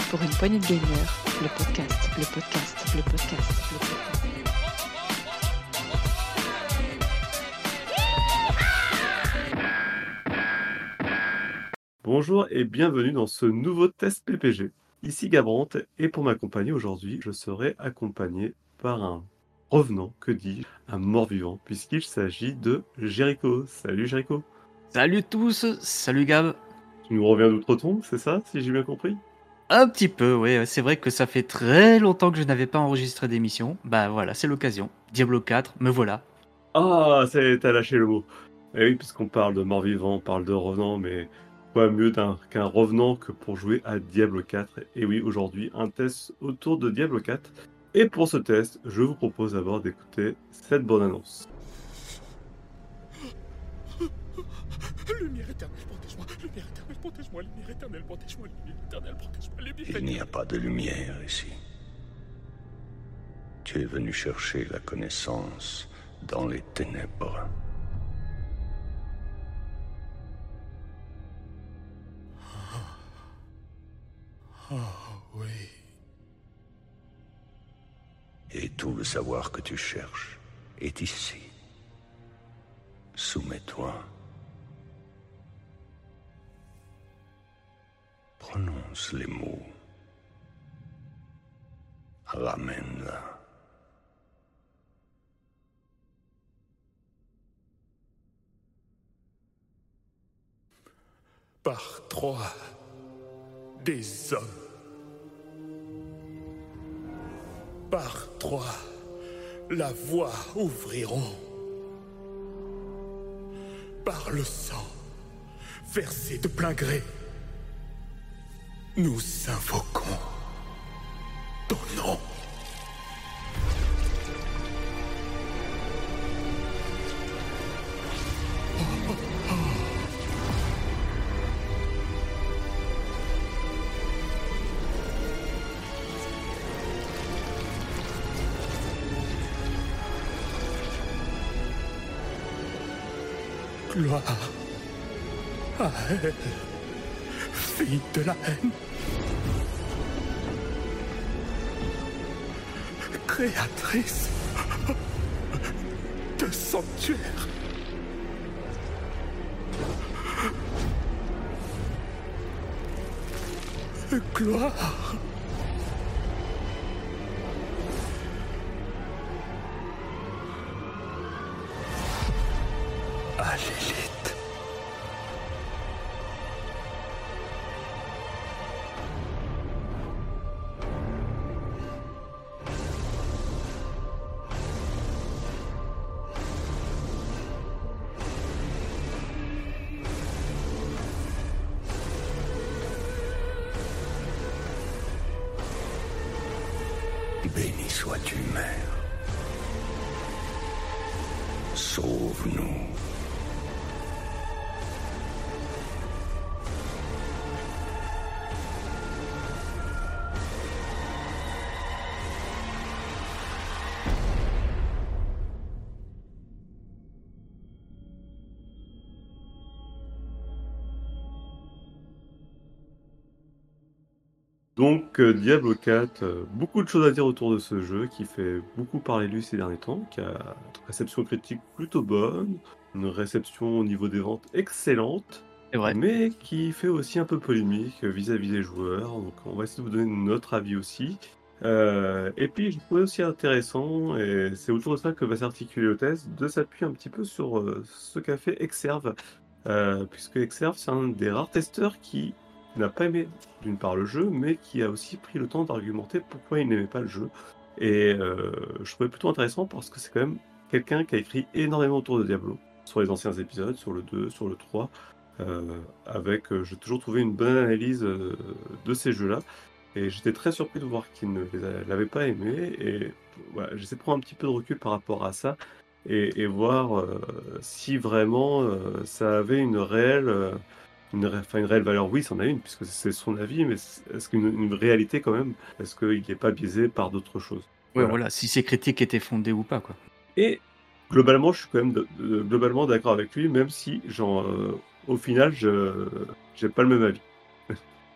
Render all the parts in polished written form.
pour une poignée de gamers, le podcast, le podcast, le podcast, le podcast. Bonjour et bienvenue dans ce nouveau test PPG. Ici Gabrante et pour m'accompagner aujourd'hui, je serai accompagné par un revenant, que dis-je, un mort-vivant, puisqu'il s'agit de Jericho. Salut Jericho. Salut tous, salut Gab. Tu nous reviens d'outre-tombe, c'est ça, si j'ai bien compris? Un petit peu, oui, c'est vrai que ça fait très longtemps que je n'avais pas enregistré d'émission. Bah voilà, c'est l'occasion. Diablo 4, me voilà. Ah, t'as lâché le mot. Eh oui, puisqu'on parle de mort-vivant, on parle de revenant, mais quoi mieux qu'un revenant que pour jouer à Diablo 4? Et oui, aujourd'hui, un test autour de Diablo 4. Et pour ce test, je vous propose d'abord d'écouter cette bonne annonce. Lumière éternelle, protège-moi. Lumière éternelle, protège-moi. Lumière éternelle, protège-moi. Lumière éternelle, protège-moi. Lumière Il n'y a pas de lumière ici. Tu es venu chercher la connaissance dans les ténèbres. Oh, oui. Et tout le savoir que tu cherches est ici. Soumets-toi. Prononce les mots. Ramène-la. Par trois des hommes. Par trois, la voie ouvriront. Par le sang, versé de plein gré, nous invoquons ton nom. Gloire à elle, fille de la haine, créatrice de sanctuaire. Gloire à Lilith. Béni sois-tu, Mère. Sauve-nous. Donc Diablo 4, beaucoup de choses à dire autour de ce jeu qui fait beaucoup parler de lui ces derniers temps, qui a une réception critique plutôt bonne, une réception au niveau des ventes excellente, C'est vrai. mais qui fait aussi un peu polémique vis-à-vis des joueurs. Donc on va essayer de vous donner notre avis aussi. Et puis je trouvais aussi intéressant, et c'est autour de ça que va s'articuler le test, de s'appuyer un petit peu sur ce qu'a fait Exerve, puisque Exerve c'est un des rares testeurs qui n'a pas aimé d'une part le jeu, mais qui a aussi pris le temps d'argumenter pourquoi il n'aimait pas le jeu. Et je trouvais plutôt intéressant parce que c'est quand même quelqu'un qui a écrit énormément autour de Diablo, sur les anciens épisodes, sur le 2, sur le 3, j'ai toujours trouvé une bonne analyse de ces jeux-là. Et j'étais très surpris de voir qu'il ne l'avait pas aimé. Et voilà, j'essaie de prendre un petit peu de recul par rapport à ça et voir si vraiment ça avait une réelle une réelle valeur. Oui, c'en a une, puisque c'est son avis, mais est-ce qu'une réalité quand même? Est-ce qu'il n'est pas biaisé par d'autres choses? Ouais, voilà, si ces critiques étaient fondées ou pas, quoi. Et globalement, je suis quand même globalement d'accord avec lui, même si, au final, j'ai pas le même avis.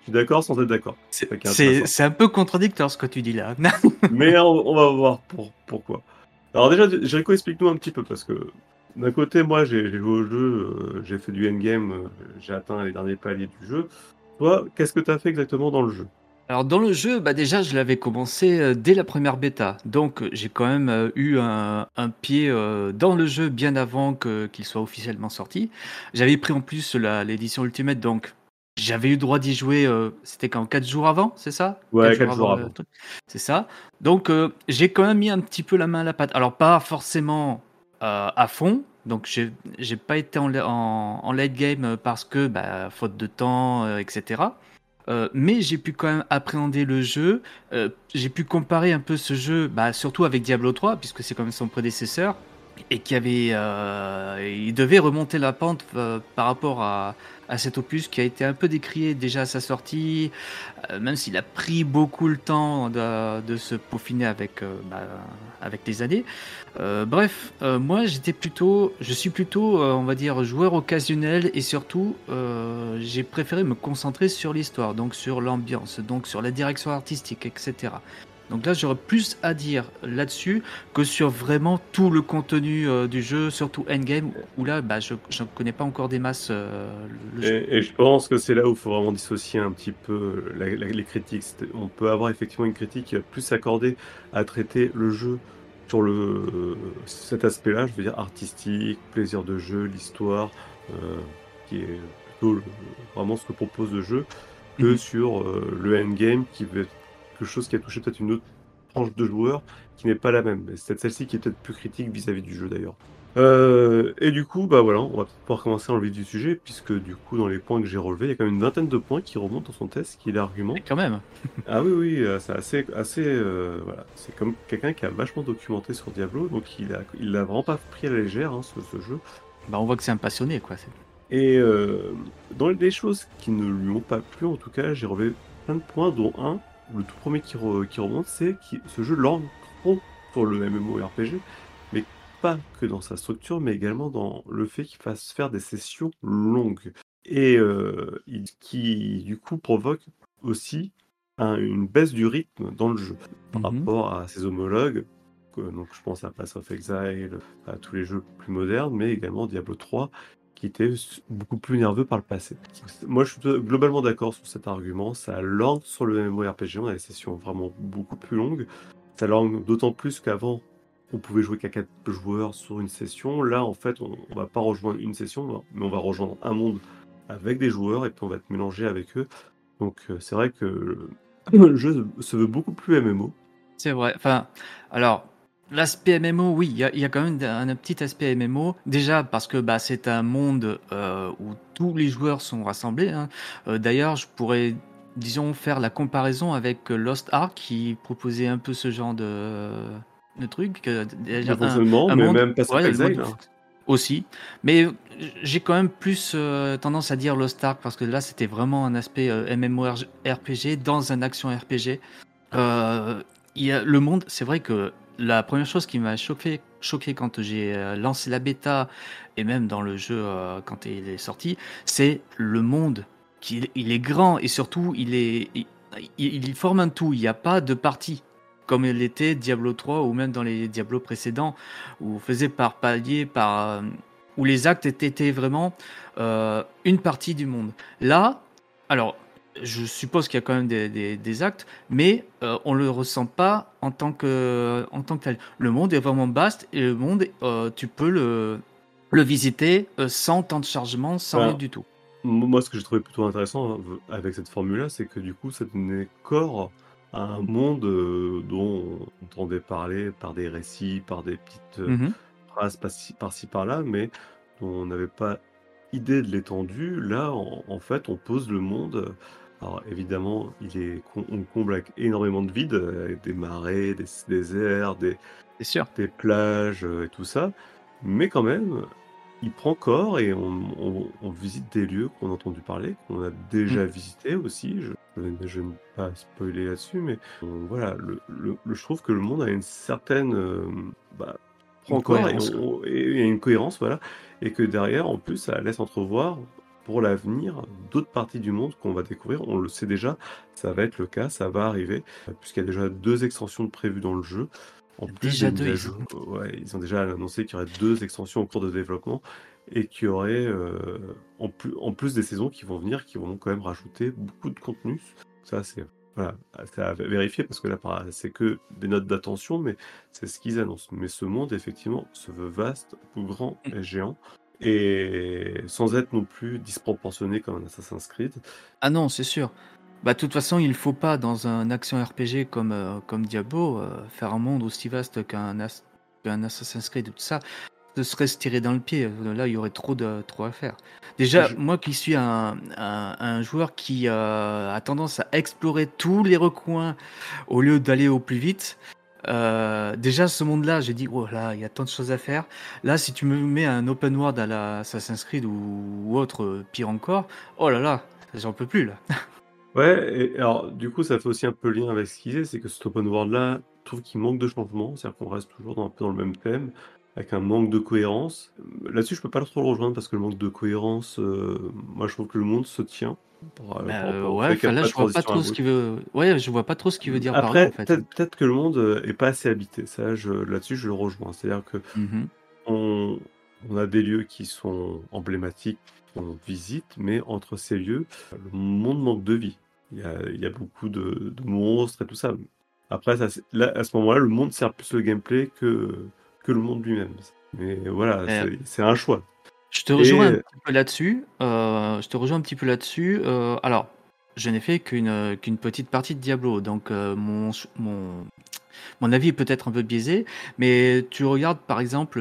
suis d'accord sans être d'accord. C'est ça qui est intéressant. C'est un peu contradictoire ce que tu dis là. Mais on va voir pourquoi. Alors déjà, Jericho, explique-nous un petit peu, parce que d'un côté, moi, j'ai joué au jeu, j'ai fait du endgame, j'ai atteint les derniers paliers du jeu. Toi, qu'est-ce que tu as fait exactement dans le jeu? Alors dans le jeu, bah déjà je l'avais commencé dès la première bêta, donc j'ai quand même eu un pied dans le jeu bien avant qu'il soit officiellement sorti. J'avais pris en plus l'édition Ultimate, donc j'avais eu le droit d'y jouer, c'était quand 4 jours avant, c'est ça? 4 Ouais, jours 4 jours avant le avant. truc, c'est ça. Donc j'ai quand même mis un petit peu la main à la pâte. Alors pas forcément à fond, donc j'ai pas été en late game parce que bah, faute de temps, etc. Mais j'ai pu quand même appréhender le jeu. J'ai pu comparer un peu ce jeu, bah, surtout avec Diablo 3, puisque c'est quand même son prédécesseur, et il devait remonter la pente par rapport à cet opus qui a été un peu décrié déjà à sa sortie, même s'il a pris beaucoup le temps de se peaufiner avec les années. Bref, moi je suis plutôt, on va dire, joueur occasionnel et surtout, j'ai préféré me concentrer sur l'histoire, donc sur l'ambiance, donc sur la direction artistique, etc. Donc là, j'aurais plus à dire là-dessus que sur vraiment tout le contenu du jeu, surtout Endgame, où là, bah, je ne connais pas encore des masses le jeu. Et je pense que c'est là où il faut vraiment dissocier un petit peu les critiques. On peut avoir effectivement une critique qui va plus s'accorder à traiter le jeu sur cet aspect-là, je veux dire artistique, plaisir de jeu, l'histoire, qui est plutôt vraiment ce que propose le jeu, que Mhm. sur le endgame, qui veut être quelque chose qui a touché peut-être une autre tranche de joueurs qui n'est pas la même. Et c'est peut-être celle-ci qui est peut-être plus critique vis-à-vis du jeu d'ailleurs. Et du coup, bah voilà, on va pouvoir commencer dans le vif du sujet, puisque du coup, dans les points que j'ai relevés, il y a quand même une vingtaine de points qui remontent dans son test, qui est l'argument. Et quand même. Ah oui, oui, c'est assez, voilà, c'est comme quelqu'un qui a vachement documenté sur Diablo, donc il l'a vraiment pas pris à la légère, hein, ce jeu. Bah, on voit que c'est un passionné, quoi. Et dans les choses qui ne lui ont pas plu, en tout cas, j'ai relevé plein de points, dont un, le tout premier qui remonte, c'est que ce jeu lorgne trop sur le MMORPG, mais pas que dans sa structure, mais également dans le fait qu'il fasse faire des sessions longues. Et qui, du coup, provoque aussi une baisse du rythme dans le jeu par Mhm. rapport à ses homologues. Donc, je pense à Path of Exile, à tous les jeux plus modernes, mais également Diablo 3, qui était beaucoup plus nerveux par le passé. Moi, je suis globalement d'accord sur cet argument. Ça lorgne sur le MMORPG, on a des sessions vraiment beaucoup plus longues. Ça lorgne d'autant plus qu'avant, on pouvait jouer qu'à 4 joueurs sur une session. Là, en fait, on va pas rejoindre une session, mais on va rejoindre un monde avec des joueurs et puis on va être mélangé avec eux. Donc, c'est vrai que le jeu se veut beaucoup plus MMO. C'est vrai. Enfin, alors, l'aspect MMO, oui, il y a quand même un petit aspect MMO. Déjà parce que bah, c'est un monde où tous les joueurs sont rassemblés, hein. D'ailleurs, je pourrais, disons, faire la comparaison avec Lost Ark qui proposait un peu ce genre de truc. De Déjà, fonctionnement, un mais monde, même Path of ouais, le mode Exile, hein. aussi. Mais j'ai quand même plus tendance à dire Lost Ark parce que là, c'était vraiment un aspect MMORPG dans un action RPG. Euh, le monde, c'est vrai que la première chose qui m'a choqué quand j'ai lancé la bêta et même dans le jeu quand il est sorti, c'est le monde. Il est grand et surtout il forme un tout. Il n'y a pas de partie comme il était Diablo 3 ou même dans les Diablo précédents où on faisait par palier, où les actes étaient vraiment une partie du monde. Là, alors je suppose qu'il y a quand même des actes, mais on le ressent pas en tant que tel. Le monde est vraiment vaste et le monde, tu peux le visiter sans temps de chargement, sans rien Enfin, du tout. moi, ce que j'ai trouvé plutôt intéressant avec cette formule-là, c'est que du coup, ça donnait corps à un monde dont on entendait parler par des récits, par des petites Mhm. phrases par-ci par-là, mais dont on n'avait pas idée de l'étendue. Là, en fait, on pose le monde. Alors évidemment, on comble avec énormément de vide, avec des marais, des déserts, C'est sûr. des plages et tout ça, mais quand même, il prend corps et on visite des lieux qu'on a entendu parler, qu'on a déjà visités aussi. Je ne vais pas spoiler là-dessus, mais voilà, je trouve que le monde a une certaine prend Une corps et cohérence. il y a une cohérence, voilà, et que derrière, en plus, ça laisse entrevoir pour l'avenir, d'autres parties du monde qu'on va découvrir. On le sait déjà, ça va être le cas, ça va arriver, puisqu'il y a déjà 2 extensions de prévues dans le jeu. En plus Déjà des deux, mises à ils ont. jour, ouais, ils ont déjà annoncé qu'il y aurait 2 extensions en cours de développement et qu'il y aurait, en plus des saisons qui vont venir, qui vont quand même rajouter beaucoup de contenu. Ça, c'est voilà, c'est à vérifier parce que là, c'est que des notes d'attention, mais c'est ce qu'ils annoncent. Mais ce monde, effectivement, se veut vaste, grand et géant, et sans être non plus disproportionné comme un Assassin's Creed. Ah non, c'est sûr. Bah, de toute façon, il faut pas, dans un action RPG comme Diablo, faire un monde aussi vaste qu'un Assassin's Creed et tout ça. Ce serait se tirer dans le pied. Là, il y aurait trop à faire. Déjà, Je- moi qui suis un joueur qui a tendance à explorer tous les recoins au lieu d'aller au plus vite, déjà ce monde-là, j'ai dit, oh là, il y a tant de choses à faire. Là, si tu me mets un open world à la Assassin's Creed ou autre, pire encore, oh là là, j'en peux plus là. Ouais, et alors du coup, ça fait aussi un peu lien avec ce qu'ils disent, c'est que cet open world-là, je trouve qu'il manque de changement, c'est-à-dire qu'on reste toujours un peu dans le même thème, avec un manque de cohérence. Là-dessus, je peux pas trop le rejoindre parce que le manque de cohérence, moi je trouve que le monde se tient par rapport au Ouais, fait qu'il enfin n'y a là, pas de je vois pas transition trop ce abrupte. qu'il veut. Ouais, je vois pas trop ce qu'il veut dire par là en Après, fait. peut-être que le monde est pas assez habité, ça, là-dessus, je le rejoins. C'est-à-dire que Mhm. on, on a des lieux qui sont emblématiques, qu'on visite, mais entre ces lieux, le monde manque de vie. Il y a beaucoup de monstres et tout ça. Après, là, à ce moment-là, le monde sert plus le gameplay que le monde lui-même. Mais voilà, Euh, c'est un choix. Je te rejoins un Et petit peu là-dessus. Alors, je n'ai fait qu'une petite partie de Diablo, donc mon avis est peut-être un peu biaisé, mais tu regardes par exemple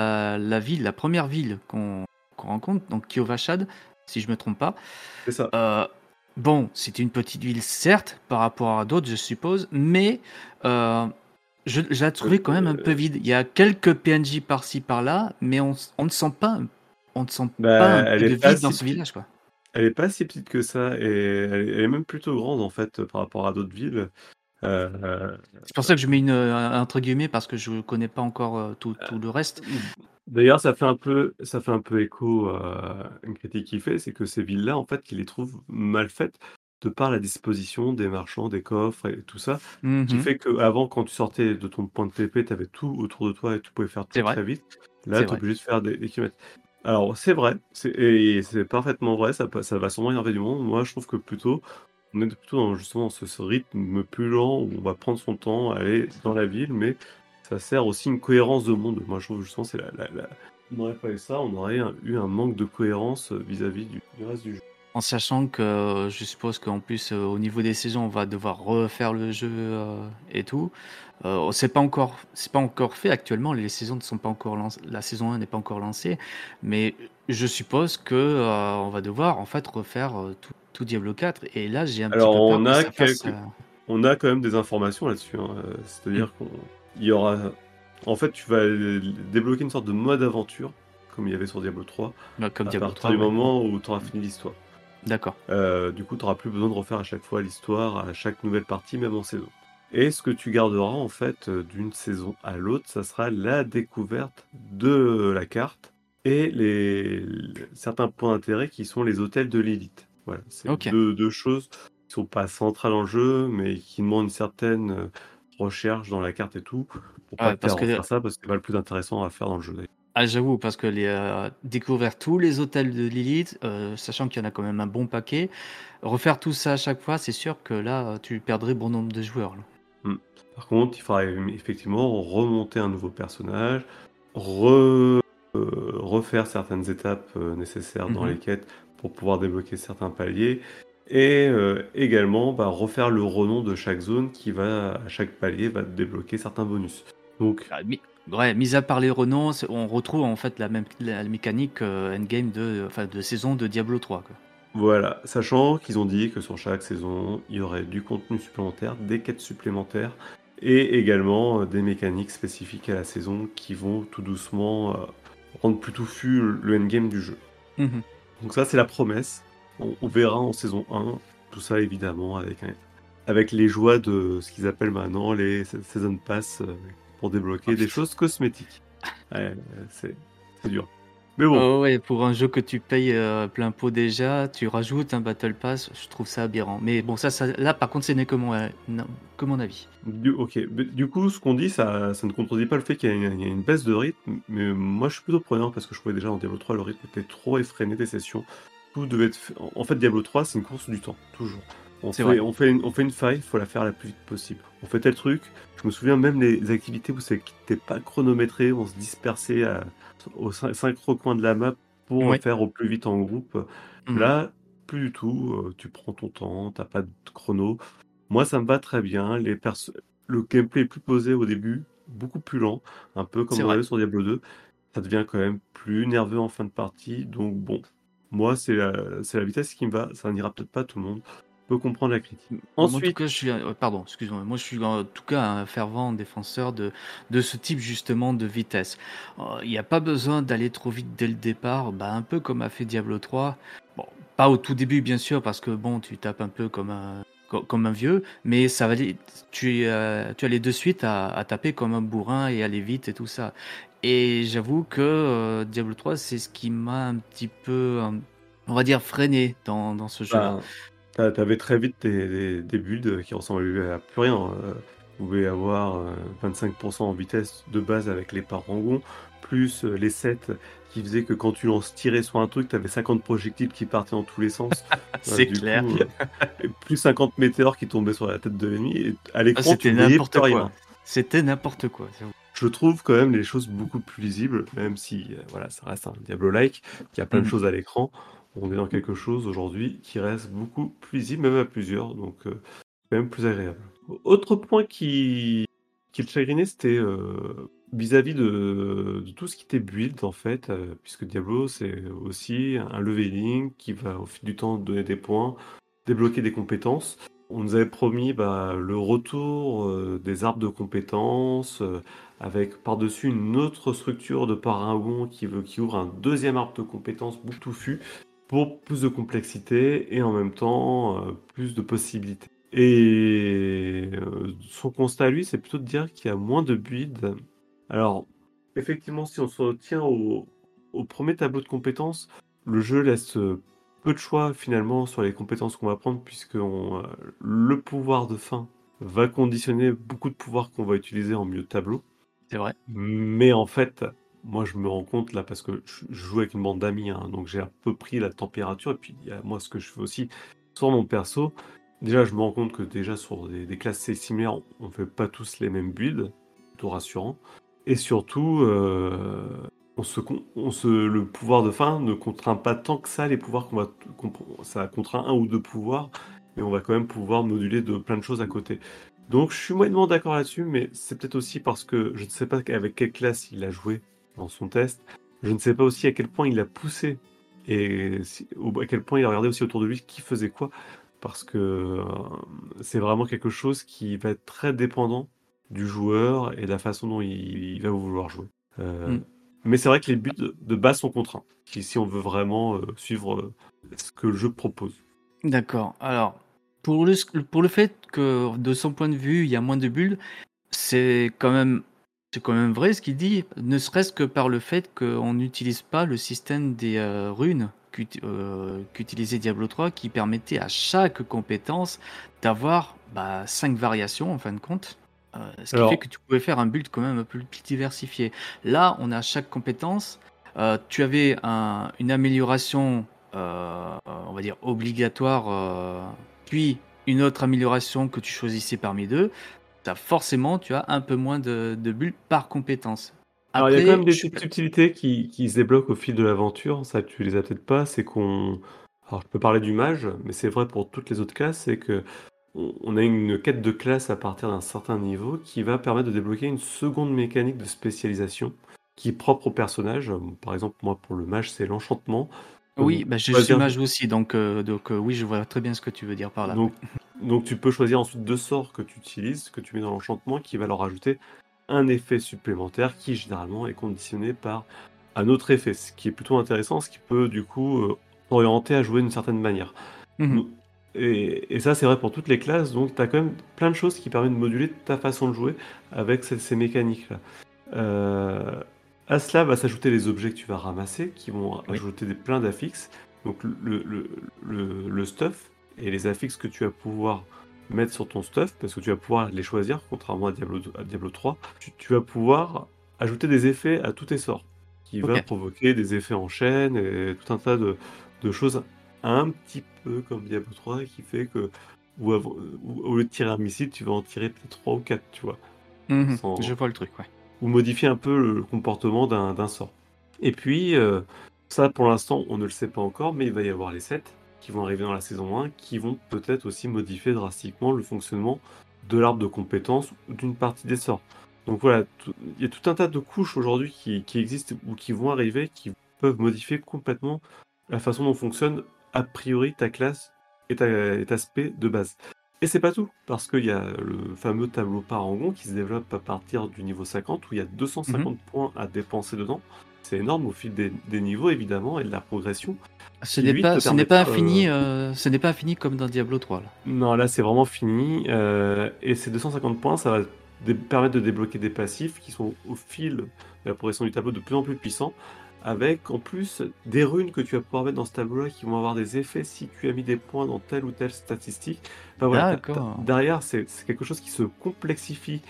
la première ville qu'on rencontre, donc Kyovashad, si je me trompe pas. c'est ça. Euh, bon, c'est une petite ville certes par rapport à d'autres, je suppose, mais euh, je la trouvais quand même un peu Euh, vide. Il y a quelques PNJ par-ci par-là, mais on ne sent pas bah, un peu de vie dans ce village, quoi. elle est pas si petite que ça, et elle est même plutôt grande en fait par rapport à d'autres villes. Euh, C'est pour ça que je mets entre guillemets parce que je connais pas encore tout le reste. D'ailleurs, ça fait un peu écho à une critique qu'il fait, c'est que ces villes-là, en fait, il les trouve mal faites de par la disposition des marchands, des coffres et tout ça, qui Mhm, fait qu'avant, quand tu sortais de ton point de TP, tu avais tout autour de toi et tu pouvais faire c'est tout vrai, très vite. Là, c'est tu es vrai. obligé de faire des kilomètres. Alors, c'est vrai, et c'est parfaitement vrai, ça va sûrement énerver du monde. Moi, je trouve que plutôt, on est plutôt justement dans ce rythme plus lent où on va prendre son temps, aller dans la ville, mais ça sert aussi une cohérence de monde. Moi, je trouve justement c'est on n'aurait pas eu ça, on aurait eu un manque de cohérence vis-à-vis du reste du jeu. En sachant que je suppose qu'en plus au niveau des saisons, on va devoir refaire le jeu et tout. C'est pas encore fait actuellement. Les saisons ne sont pas encore lancées. La saison 1 n'est pas encore lancée, mais je suppose que on va devoir en fait refaire tout Diablo 4. Et là, j'ai un petit Alors, peu peur que ça fasse. on a quand même des informations là-dessus, hein. Hmm. C'est-à-dire qu'il y aura, en fait, tu vas débloquer une sorte de mode aventure, comme il y avait sur Diablo 3, Comme à Diablo partir 3, du ouais. moment où tu auras fini l'histoire. D'accord. Du coup, tu n'auras plus besoin de refaire à chaque fois l'histoire, à chaque nouvelle partie, même en saison. Et ce que tu garderas en fait d'une saison à l'autre, ça sera la découverte de la carte et certains points d'intérêt qui sont les hôtels de Lilith. Voilà, c'est Ok. deux choses qui sont pas centrales en jeu, mais qui demandent une certaine recherche dans la carte et tout, pour pas Ouais, que tu aies parce à que refaire ça, parce que c'est pas le plus intéressant à faire dans le jeu. j'avoue, parce que découvrir tous les hôtels de Lilith, sachant qu'il y en a quand même un bon paquet, refaire tout ça à chaque fois, c'est sûr que là, tu perdrais bon nombre de joueurs, là. Mm. Par contre, il faudra effectivement remonter un nouveau personnage, re- refaire certaines étapes nécessaires dans Mhm. les quêtes pour pouvoir débloquer certains paliers, et également refaire le renom de chaque zone qui va, à chaque palier, va débloquer certains bonus. Donc Ah, ouais, mis à part les renoms, on retrouve en fait la mécanique endgame enfin, de saison de Diablo 3, quoi. voilà, sachant qu'ils ont dit que sur chaque saison, il y aurait du contenu supplémentaire, des quêtes supplémentaires, et également des mécaniques spécifiques à la saison qui vont tout doucement rendre plus touffu le endgame du jeu. Mhm. Donc ça, c'est la promesse. On verra en saison 1, tout ça évidemment avec les joies de ce qu'ils appellent maintenant les Season Pass pour Oh, débloquer des putain. choses cosmétiques. Ouais, c'est dur. Mais bon, Oh ouais, pour un jeu que tu payes plein pot déjà, tu rajoutes un Battle Pass, je trouve ça aberrant. Mais bon, là par contre, ce n'est que que mon avis. ok. Mais du coup, ce qu'on dit, ça ne contredit pas le fait qu'il y a une baisse de rythme, mais moi je suis plutôt prenant parce que je trouvais déjà dans Diablo 3 le rythme était trop effréné des sessions. Tout devait être en fait, Diablo 3, c'est une course du temps, toujours. C'est vrai. On fait une faille, il faut la faire la plus vite possible. On fait tel truc. Je me souviens même les activités où c'est qui n'étaient pas chronométrées, on se dispersait aux cinq recoins de la map pour Oui. faire au plus vite en groupe. Mhm. Là, plus du tout. Tu prends ton temps, t'as pas de chrono. Moi, ça me va très bien. Le gameplay est plus posé au début, beaucoup plus lent, un peu comme C'est on vrai. avait sur Diablo 2. Ça devient quand même plus nerveux en fin de partie. Donc bon, moi, c'est la vitesse qui me va. Ça n'ira peut-être pas à tout le monde. Je peux comprendre la critique. Moi, en tout Ensuite, cas, pardon, excuse-moi. Moi, je suis en tout cas un fervent défenseur de ce type justement de vitesse. Il n'y a pas besoin d'aller trop vite dès le départ, bah, un peu comme a fait Diablo 3. Bon, pas au tout début, bien sûr, parce que bon, tu tapes un peu comme un vieux, mais ça va aller, tu allais de suite à taper comme un bourrin et aller vite et tout ça. Et j'avoue que Diablo 3, c'est ce qui m'a un petit peu, on va dire, freiné dans ce jeu-là. bah, t'avais très vite des builds qui ressemblaient à plus rien. Vous pouvez avoir 25% en vitesse de base avec les parangons, plus les sets qui faisaient que quand tu tirais sur un truc, t'avais 50 projectiles qui partaient dans tous les sens. C'est Du clair. coup, et plus 50 météores qui tombaient sur la tête de l'ennemi. Et à l'écran, tu C'était voyais n'importe plus rien. quoi. C'était n'importe quoi. Je trouve quand même les choses beaucoup plus lisibles, même si voilà, ça reste un Diablo-like, qui a plein de Mhm. choses à l'écran. On est dans quelque chose aujourd'hui qui reste beaucoup plus lisible, même à plusieurs, donc quand même plus agréable. Autre point qui le chagrinait, c'était vis-à-vis de tout ce qui était build, en fait, puisque Diablo, c'est aussi un leveling qui va au fil du temps donner des points, débloquer des compétences. On nous avait promis le retour des arbres de compétences, avec par-dessus une autre structure de paragon qui ouvre un deuxième arbre de compétences beaucoup touffu pour plus de complexité et en même temps plus de possibilités. Et son constat à lui, c'est plutôt de dire qu'il y a moins de builds. Alors, effectivement, si on se tient au premier tableau de compétences, le jeu laisse peu de choix finalement sur les compétences qu'on va prendre, puisque le pouvoir de fin va conditionner beaucoup de pouvoirs qu'on va utiliser en milieu de tableau. C'est vrai. Mais en fait, moi je me rends compte là, parce que je joue avec une bande d'amis, hein, donc j'ai un peu pris la température, et puis il y a moi ce que je fais aussi sur mon perso. Déjà, je me rends compte que déjà sur des classes assez similaires, on fait pas tous les mêmes builds, plutôt rassurant. Et surtout, le pouvoir de fin ne contraint pas tant que ça les pouvoirs ça contraint un ou deux pouvoirs, mais on va quand même pouvoir moduler de plein de choses à côté. Donc je suis moyennement d'accord là-dessus, mais c'est peut-être aussi parce que je ne sais pas avec quelle classe il a joué dans son test. Je ne sais pas aussi à quel point il a poussé et à quel point il a regardé aussi autour de lui qui faisait quoi, parce que c'est vraiment quelque chose qui va être très dépendant du joueur et de la façon dont il va vouloir jouer. Mais c'est vrai que les buts de base sont contraints, si on veut vraiment suivre ce que le jeu propose. D'accord. Alors, pour le fait que de son point de vue, il y a moins de builds, c'est quand même vrai ce qu'il dit, ne serait-ce que par le fait qu'on n'utilise pas le système des runes qu'utilisait Diablo 3, qui permettait à chaque compétence d'avoir 5 variations en fin de compte. Ce qui fait que tu pouvais faire un build quand même un peu plus diversifié. Là, on a chaque compétence. Tu avais une amélioration, on va dire obligatoire, puis une autre amélioration que tu choisissais parmi deux. Forcément, tu as un peu moins de bulles par compétence. Alors, il y a quand même des je- petites subtilités qui se débloquent au fil de l'aventure. Ça, tu les as peut-être pas. C'est qu'on. Alors, je peux parler du mage, mais c'est vrai pour toutes les autres classes. C'est que on a une quête de classe à partir d'un certain niveau qui va permettre de débloquer une seconde mécanique de spécialisation qui est propre au personnage. Par exemple, moi, pour le mage, c'est l'enchantement. Oui, Donc, je suis mage aussi, donc oui, je vois très bien ce que tu veux dire par là. Donc tu peux choisir ensuite deux sorts que tu utilises, que tu mets dans l'enchantement, qui va leur ajouter un effet supplémentaire qui généralement est conditionné par un autre effet, ce qui est plutôt intéressant, ce qui peut du coup t'orienter à jouer d'une certaine manière. Mhm. Et ça c'est vrai pour toutes les classes, donc tu as quand même plein de choses qui permettent de moduler ta façon de jouer avec ces mécaniques-là. À cela va s'ajouter les objets que tu vas ramasser, qui vont Oui. ajouter plein d'affixes. Donc le stuff et les affixes que tu vas pouvoir mettre sur ton stuff, parce que tu vas pouvoir les choisir, contrairement à Diablo 3, tu vas pouvoir ajouter des effets à tous tes sorts, qui va Ok. provoquer des effets en chaîne et tout un tas de choses un petit peu comme Diablo 3, qui fait que au lieu de tirer un missile, tu vas en tirer peut-être 3 ou 4, tu vois, Mhm. sans, Je vois le truc, ouais. ou modifier un peu le comportement d'un sort. Et puis, ça pour l'instant, on ne le sait pas encore, mais il va y avoir les sets qui vont arriver dans la saison 1, qui vont peut-être aussi modifier drastiquement le fonctionnement de l'arbre de compétences ou d'une partie des sorts. Donc voilà, il y a tout un tas de couches aujourd'hui qui existent ou qui vont arriver, qui peuvent modifier complètement la façon dont fonctionne a priori ta classe et ta spé de base. Et c'est pas tout, parce qu'il y a le fameux tableau parangon qui se développe à partir du niveau 50, où il y a 250 points à dépenser dedans. C'est énorme au fil des niveaux, évidemment, et de la progression. Ce Qui, n'est lui, pas, te ce n'est pas permettra, infini, ce n'est pas infini comme dans Diablo 3 là. Non, là, c'est vraiment fini. Et ces 250 points, ça va permettre de débloquer des passifs qui sont au fil de la progression du tableau de plus en plus puissants, avec en plus des runes que tu vas pouvoir mettre dans ce tableau-là qui vont avoir des effets si tu as mis des points dans telle ou telle statistique. Enfin voilà, D'accord. derrière, c'est quelque chose qui se complexifie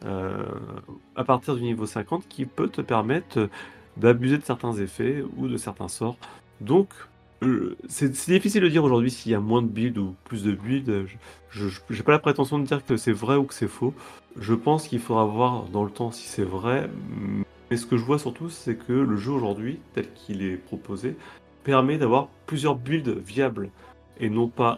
à partir du niveau 50, qui peut te permettre d'abuser de certains effets ou de certains sorts. Donc, c'est difficile de dire aujourd'hui s'il y a moins de builds ou plus de builds. Je n'ai pas la prétention de dire que c'est vrai ou que c'est faux. Je pense qu'il faudra voir dans le temps si c'est vrai. Mais ce que je vois surtout, c'est que le jeu aujourd'hui, tel qu'il est proposé, permet d'avoir plusieurs builds viables. Et non pas.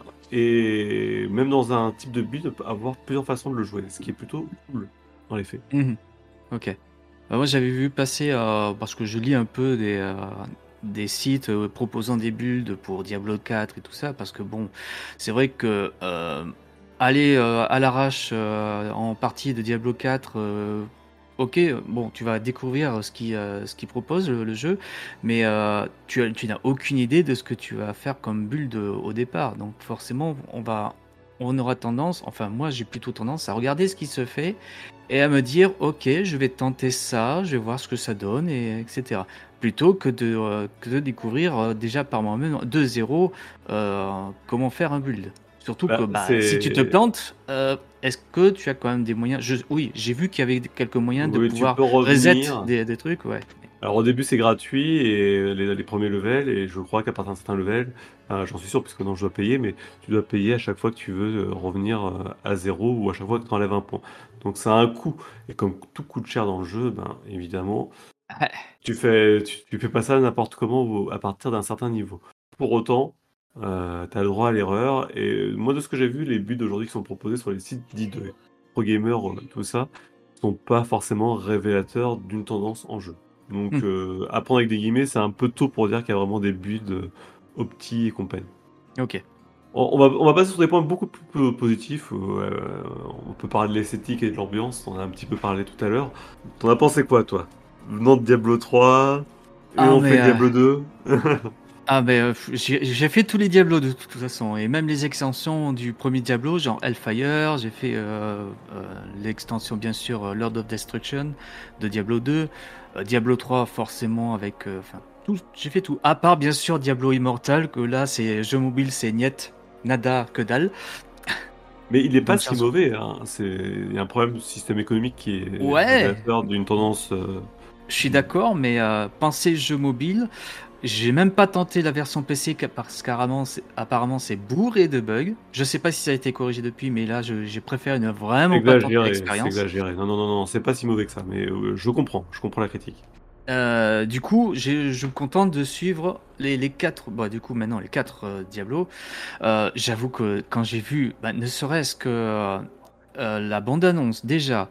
Et même dans un type de build, avoir plusieurs façons de le jouer. Ce qui est plutôt cool dans les faits. Mhm. Ok. Moi j'avais vu passer, parce que je lis un peu des sites proposant des builds pour Diablo 4 et tout ça, parce que bon, c'est vrai que aller à l'arrache en partie de Diablo 4, ok, bon, tu vas découvrir ce qu'il propose le jeu, mais tu n'as aucune idée de ce que tu vas faire comme build au départ. Donc forcément, on aura tendance, enfin moi j'ai plutôt tendance à regarder ce qui se fait et à me dire ok, je vais tenter ça, je vais voir ce que ça donne, etc. Plutôt que de découvrir déjà par moi-même de zéro comment faire un build. Surtout que si tu te plantes, est-ce que tu as quand même des moyens? Oui, j'ai vu qu'il y avait quelques moyens de Oui, pouvoir tu peux reset revenir. des trucs, ouais. Alors au début c'est gratuit et les premiers levels, et je crois qu'à partir d'un certain level, j'en suis sûr puisque non je dois payer, mais tu dois payer à chaque fois que tu veux revenir à zéro ou à chaque fois que tu enlèves un point. Donc ça a un coût, et comme tout coûte cher dans le jeu, ben évidemment Ouais. tu fais pas ça n'importe comment ou à partir d'un certain niveau. Pour autant, tu as le droit à l'erreur, et moi de ce que j'ai vu, les buts d'aujourd'hui qui sont proposés sur les sites dits de pro gamer, tout ça, sont pas forcément révélateurs d'une tendance en jeu. Donc apprendre avec des guillemets, c'est un peu tôt pour dire qu'il y a vraiment des builds opti et compagnie. Ok. On va passer sur des points beaucoup plus positifs. On peut parler de l'esthétique et de l'ambiance, on en a un petit peu parlé tout à l'heure. T'en as pensé quoi, toi? Venant de Diablo 3, et Ah, on mais, fait Diablo 2. Ah ben j'ai fait tous les Diablos de toute façon, et même les extensions du premier Diablo, genre Hellfire, j'ai fait l'extension bien sûr Lord of Destruction de Diablo 2, Diablo 3 forcément avec, enfin j'ai fait tout, à part bien sûr Diablo Immortal, que là c'est jeu mobile, c'est niet, nada, que dalle. Mais il est pas Donc, si mauvais, hein. Il y a un problème de système économique qui est Ouais, révélateur d'une tendance. je suis d'accord, mais penser jeu mobile, j'ai même pas tenté la version PC parce qu'apparemment c'est bourré de bugs. Je sais pas si ça a été corrigé depuis, mais là j'ai préféré ne vraiment pas tenter C'est l'expérience. exagéré. Non, c'est pas si mauvais que ça, mais je comprends la critique. Du coup, je me contente de suivre les 4, du coup maintenant les 4 Diablo. J'avoue que quand j'ai vu, ne serait-ce que la bande-annonce déjà,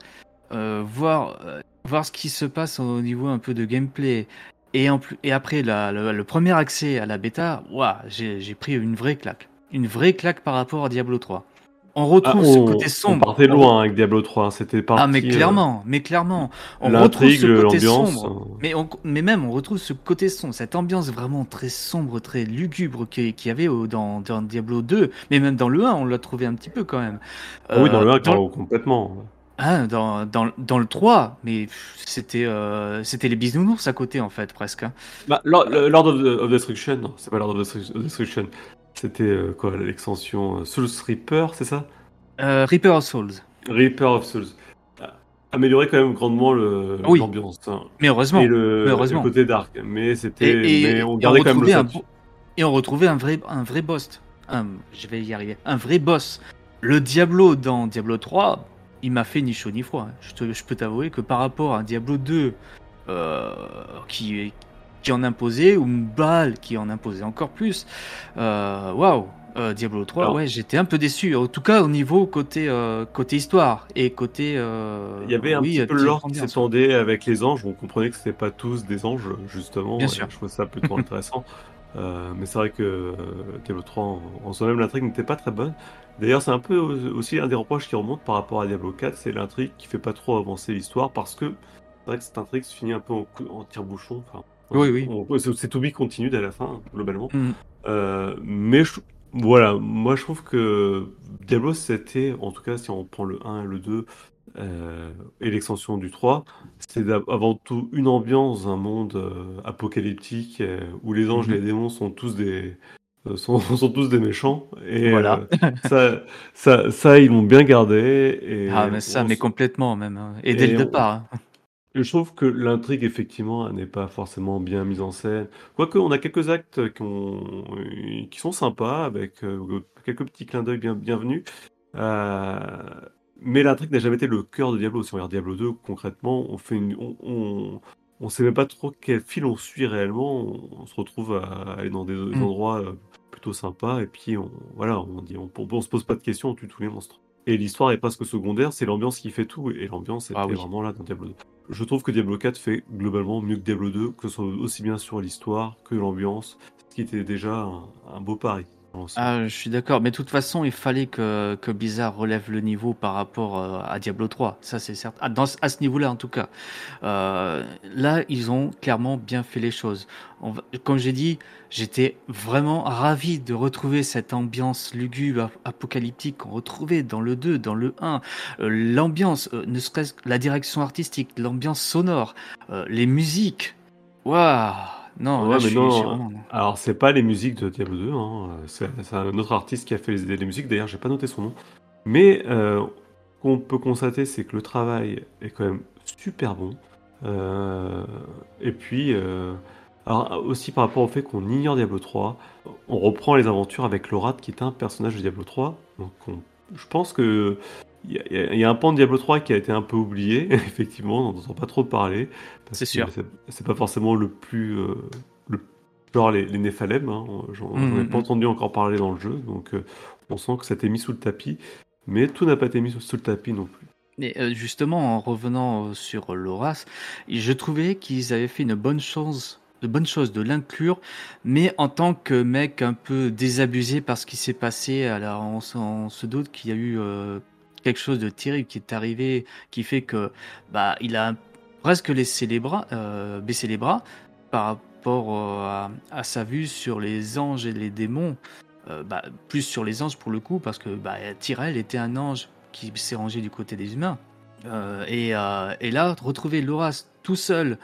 voir ce qui se passe au niveau un peu de gameplay, et après le premier accès à la bêta, j'ai pris une vraie claque par rapport à Diablo 3. On retrouve ce côté sombre. On partait loin avec Diablo 3, c'était parti. Ah mais clairement, on retrouve l'intrigue, ce côté l'ambiance. sombre. Mais même on retrouve ce côté sombre, cette ambiance vraiment très sombre, très lugubre qu'il y avait dans Diablo 2, mais même dans le 1, on l'a trouvé un petit peu quand même. Oui, dans le 1, complètement. Ah, dans le 3, mais c'était les bisounours à côté, en fait, presque. Hein. Bah, Lord of Destruction, non, c'est pas Lord of Destruction. C'était quoi, l'extension Soul Reaper, c'est ça? Reaper of Souls. Reaper of Souls. Améliorer quand même grandement Oui, l'ambiance, hein, mais et heureusement. Mais le heureusement. côté dark. Mais on Et on gardait quand même le retrouvait statut. et on retrouvait un vrai boss. Je vais y arriver. Un vrai boss. Le Diablo dans Diablo 3, il m'a fait ni chaud ni froid. Je peux t'avouer que par rapport à Diablo 2, euh, qui en imposait, ou Baal qui en imposait encore plus, waouh! Diablo 3, Alors, ouais, j'étais un peu déçu. En tout cas, au niveau côté histoire et côté, il y avait un oui, petit peu le lore qui ambiance. s'étendait avec les anges. On comprenait que c'était pas tous des anges, justement. Bien Et sûr. je trouvais ça plutôt intéressant. Mais c'est vrai que Diablo 3, en soi-même, l'intrigue n'était pas très bonne. D'ailleurs, c'est un peu aussi un des reproches qui remonte par rapport à Diablo 4, c'est l'intrigue qui fait pas trop avancer l'histoire parce que c'est vrai que cette intrigue se finit un peu en tire-bouchon. Enfin, Oui, oui. c'est to be continued à la fin, globalement. Mhm. Mais voilà, moi je trouve que Diablo c'était, en tout cas si on prend le 1 et le 2 et l'extension du 3, c'est avant tout une ambiance, un monde apocalyptique où les anges et Mhm. les démons sont tous sont tous des méchants. Et Voilà. ça ils l'ont bien gardé. Ah, mais ça, mais complètement même. Hein. Et dès le Et départ. Hein. je trouve que l'intrigue, effectivement, elle n'est pas forcément bien mise en scène. Quoique, on a quelques actes qui sont sympas, avec quelques petits clins d'œil bienvenus. Euh, mais l'intrigue n'a jamais été le cœur de Diablo. Si on regarde Diablo 2, concrètement, on sait même pas trop quel fil on suit réellement. On se retrouve à aller dans des Mm. endroits plutôt sympas, et puis voilà, on se pose pas de questions, on tue tous les monstres. Et l'histoire est presque secondaire, c'est l'ambiance qui fait tout, et l'ambiance Ah était oui. vraiment là dans Diablo 2. Je trouve que Diablo 4 fait globalement mieux que Diablo 2, que ce soit aussi bien sur l'histoire que l'ambiance, ce qui était déjà un beau pari dans l'ensemble. Ah, je suis d'accord. Mais de toute façon, il fallait que Blizzard relève le niveau par rapport à Diablo 3. Ça, c'est certain. À ce niveau-là, en tout cas. Là, ils ont clairement bien fait les choses. Comme j'ai dit, j'étais vraiment ravi de retrouver cette ambiance lugubre, apocalyptique qu'on retrouvait dans le 2, dans le 1. L'ambiance, ne serait-ce que la direction artistique, l'ambiance sonore, les musiques. Waouh! Non, là, Ouais, mais je suis non, vraiment. alors c'est pas les musiques de Diablo 2, hein, c'est un autre artiste qui a fait les musiques, d'ailleurs j'ai pas noté son nom. Mais qu'on peut constater, c'est que le travail est quand même super bon. Euh, et puis, alors aussi par rapport au fait qu'on ignore Diablo 3, on reprend les aventures avec Laura, qui est un personnage de Diablo 3. Donc je pense que il y a un pan de Diablo 3 qui a été un peu oublié, effectivement, on n'entend pas trop parler, parce C'est que sûr. c'est pas forcément le plus... genre les Néphalem, hein, j'en ai pas entendu encore parler dans le jeu, donc on sent que ça a été mis sous le tapis, mais tout n'a pas été mis sous le tapis non plus. Et justement, en revenant sur Loras, je trouvais qu'ils avaient fait une bonne chose de l'inclure, mais en tant que mec un peu désabusé par ce qui s'est passé. Alors on se doute qu'il y a eu quelque chose de terrible qui est arrivé, qui fait que bah il a presque laissé baissé les bras par rapport à sa vue sur les anges et les démons. Plus sur les anges pour le coup, parce que Tyrell était un ange qui s'est rangé du côté des humains. Et là, retrouver Loras tout seul,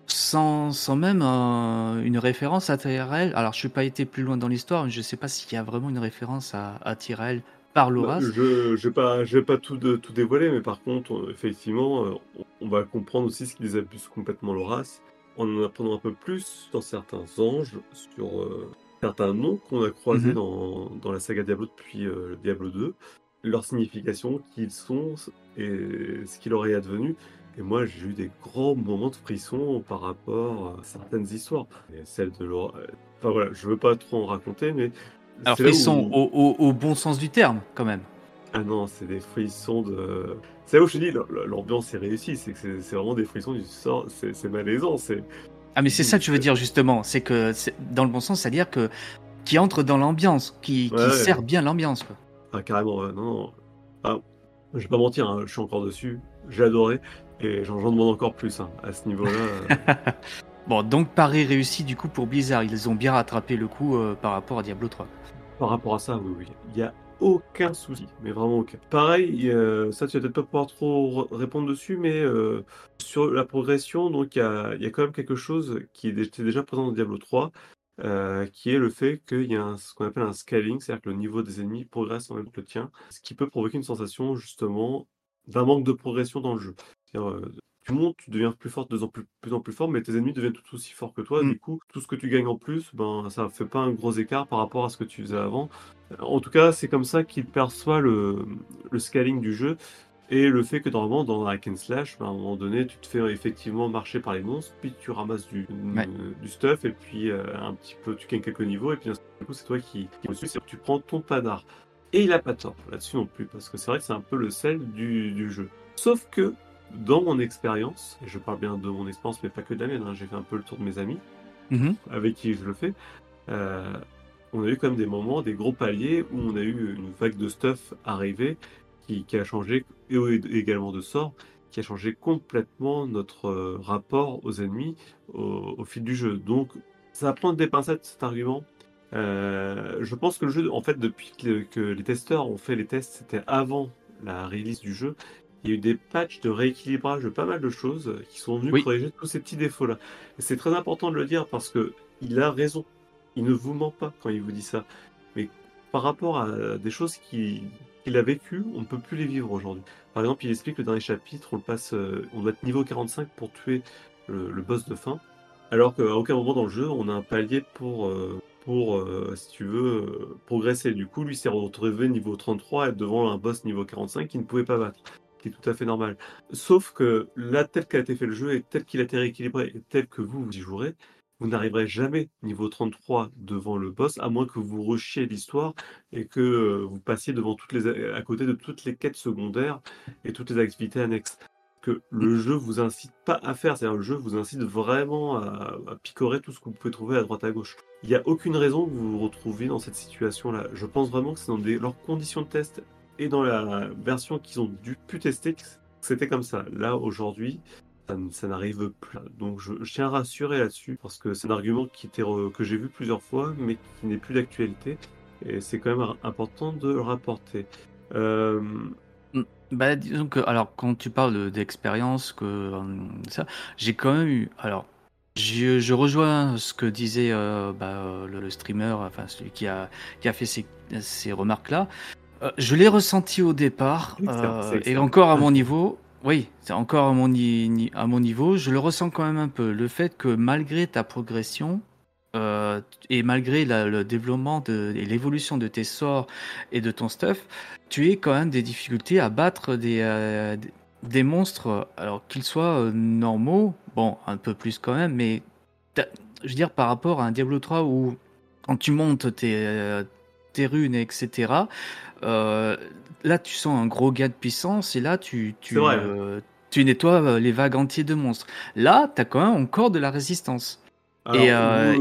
sans même une référence à Tyrell. Alors, je suis pas été plus loin dans l'histoire, je sais pas s'il y a vraiment une référence à Tyrell par Bah, Loras. je vais pas tout dévoiler, mais par contre, effectivement, on va comprendre aussi ce qui désabuse complètement Loras, en apprenant un peu plus sur certains anges, sur certains noms qu'on a croisés Mhm. dans la saga Diablo depuis Diablo 2, leur signification, qui ils sont et ce qui leur est advenu. Et moi, j'ai eu des grands moments de frisson par rapport à certaines histoires. Et celle de Laura. Enfin voilà, je veux pas trop en raconter, mais Alors, c'est là frisson où. au bon sens du terme, quand même. Ah non, c'est des frissons de. C'est là où je te dis, l'ambiance est réussie, c'est que c'est vraiment des frissons du sort, c'est malaisant, c'est. Ah, mais c'est ça que je veux dire justement, c'est que dans le bon sens, c'est-à-dire que qui entre dans l'ambiance, qui Ouais, sert bien l'ambiance, quoi. ah, carrément, ouais, non, non. Ah, je vais pas mentir, hein, je suis encore dessus, j'ai adoré, et j'en demande encore plus, hein, à ce niveau-là. Bon, donc pari réussi du coup pour Blizzard. Ils ont bien rattrapé le coup par rapport à Diablo 3. Par rapport à ça, oui, oui. Il y a aucun souci, mais vraiment aucun. Pareil, ça tu vas peut-être pas pouvoir trop répondre dessus, mais sur la progression, donc il y a quand même quelque chose qui était déjà présent dans Diablo 3, qui est le fait qu'il y a ce qu'on appelle un scaling, c'est-à-dire que le niveau des ennemis progresse en même temps que le tien, ce qui peut provoquer une sensation justement d'un manque de progression dans le jeu. C'est-à-dire, tu montes, tu deviens plus fort, de plus en plus fort, mais tes ennemis deviennent tout aussi forts que toi. Mm. Du coup, tout ce que tu gagnes en plus, ben, ça fait pas un gros écart par rapport à ce que tu faisais avant. En tout cas, c'est comme ça qu'il perçoit le scaling du jeu et le fait que normalement, dans Hack and Slash, ben, à un moment donné, tu te fais effectivement marcher par les monstres, puis tu ramasses Ouais. du stuff, et puis un petit peu, tu gagnes quelques niveaux, et puis du coup, c'est toi qui le suis, c'est que tu prends ton panard. Et il a pas tort là-dessus non plus, parce que c'est vrai que c'est un peu le sel du jeu. Sauf que, dans mon expérience, et je parle bien de mon expérience, mais pas que de la mienne, hein, j'ai fait un peu le tour de mes amis, Mhm. avec qui je le fais, euh, on a eu quand même des moments, des gros paliers où on a eu une vague de stuff arriver qui a changé, et également de sorts, qui a changé complètement notre rapport aux ennemis au fil du jeu. Donc ça va prendre des pincettes cet argument. Je pense que le jeu, en fait, depuis que les testeurs ont fait les tests, c'était avant la release du jeu, il y a eu des patchs de rééquilibrage de pas mal de choses qui sont venus Oui. corriger tous ces petits défauts-là. Et c'est très important de le dire parce que il a raison. Il ne vous ment pas quand il vous dit ça. Mais par rapport à des choses qu'il a vécues, on ne peut plus les vivre aujourd'hui. Par exemple, il explique que dans les chapitres, on le passe, on doit être niveau 45 pour tuer le boss de fin, alors qu'à aucun moment dans le jeu, on a un palier pour si tu veux, progresser. Du coup, lui s'est retrouvé niveau 33 et devant un boss niveau 45 qu'il ne pouvait pas battre, ce qui est tout à fait normal. Sauf que là, tel qu'a été fait le jeu et tel qu'il a été rééquilibré et tel que vous y jouerez, vous n'arriverez jamais niveau 33 devant le boss, à moins que vous rushiez l'histoire et que vous passiez devant à côté de toutes les quêtes secondaires et toutes les activités annexes. Que le jeu vous incite pas à faire, c'est-à-dire le jeu vous incite vraiment à picorer tout ce que vous pouvez trouver à droite à gauche. Il n'y a aucune raison que vous vous retrouviez dans cette situation-là. Je pense vraiment que c'est dans leurs conditions de test et dans la version qu'ils ont pu tester que c'était comme ça. Là, aujourd'hui, ça n'arrive plus. Donc je tiens à rassurer là-dessus, parce que c'est un argument que j'ai vu plusieurs fois, mais qui n'est plus d'actualité. Et c'est quand même important de le rapporter. Euh, Mm. Bah, disons que, alors, quand tu parles d'expérience, ça, j'ai quand même eu. Alors, je rejoins ce que disait le streamer, enfin, celui qui a fait ces remarques-là. Je l'ai ressenti au départ, Oui, c'est et excellent. encore à mon niveau. Oui, c'est encore à à mon niveau. Je le ressens quand même un peu. Le fait que malgré ta progression, et malgré le développement et l'évolution de tes sorts et de ton stuff, tu aies quand même des difficultés à battre des monstres, alors qu'ils soient normaux, bon, un peu plus quand même, mais je veux dire, par rapport à un Diablo 3 où quand tu montes tes runes, etc., euh, là tu sens un gros gain de puissance et là C'est vrai, ouais. tu nettoies les vagues entières de monstres. Là, tu as quand même encore de la résistance. Et, Alors,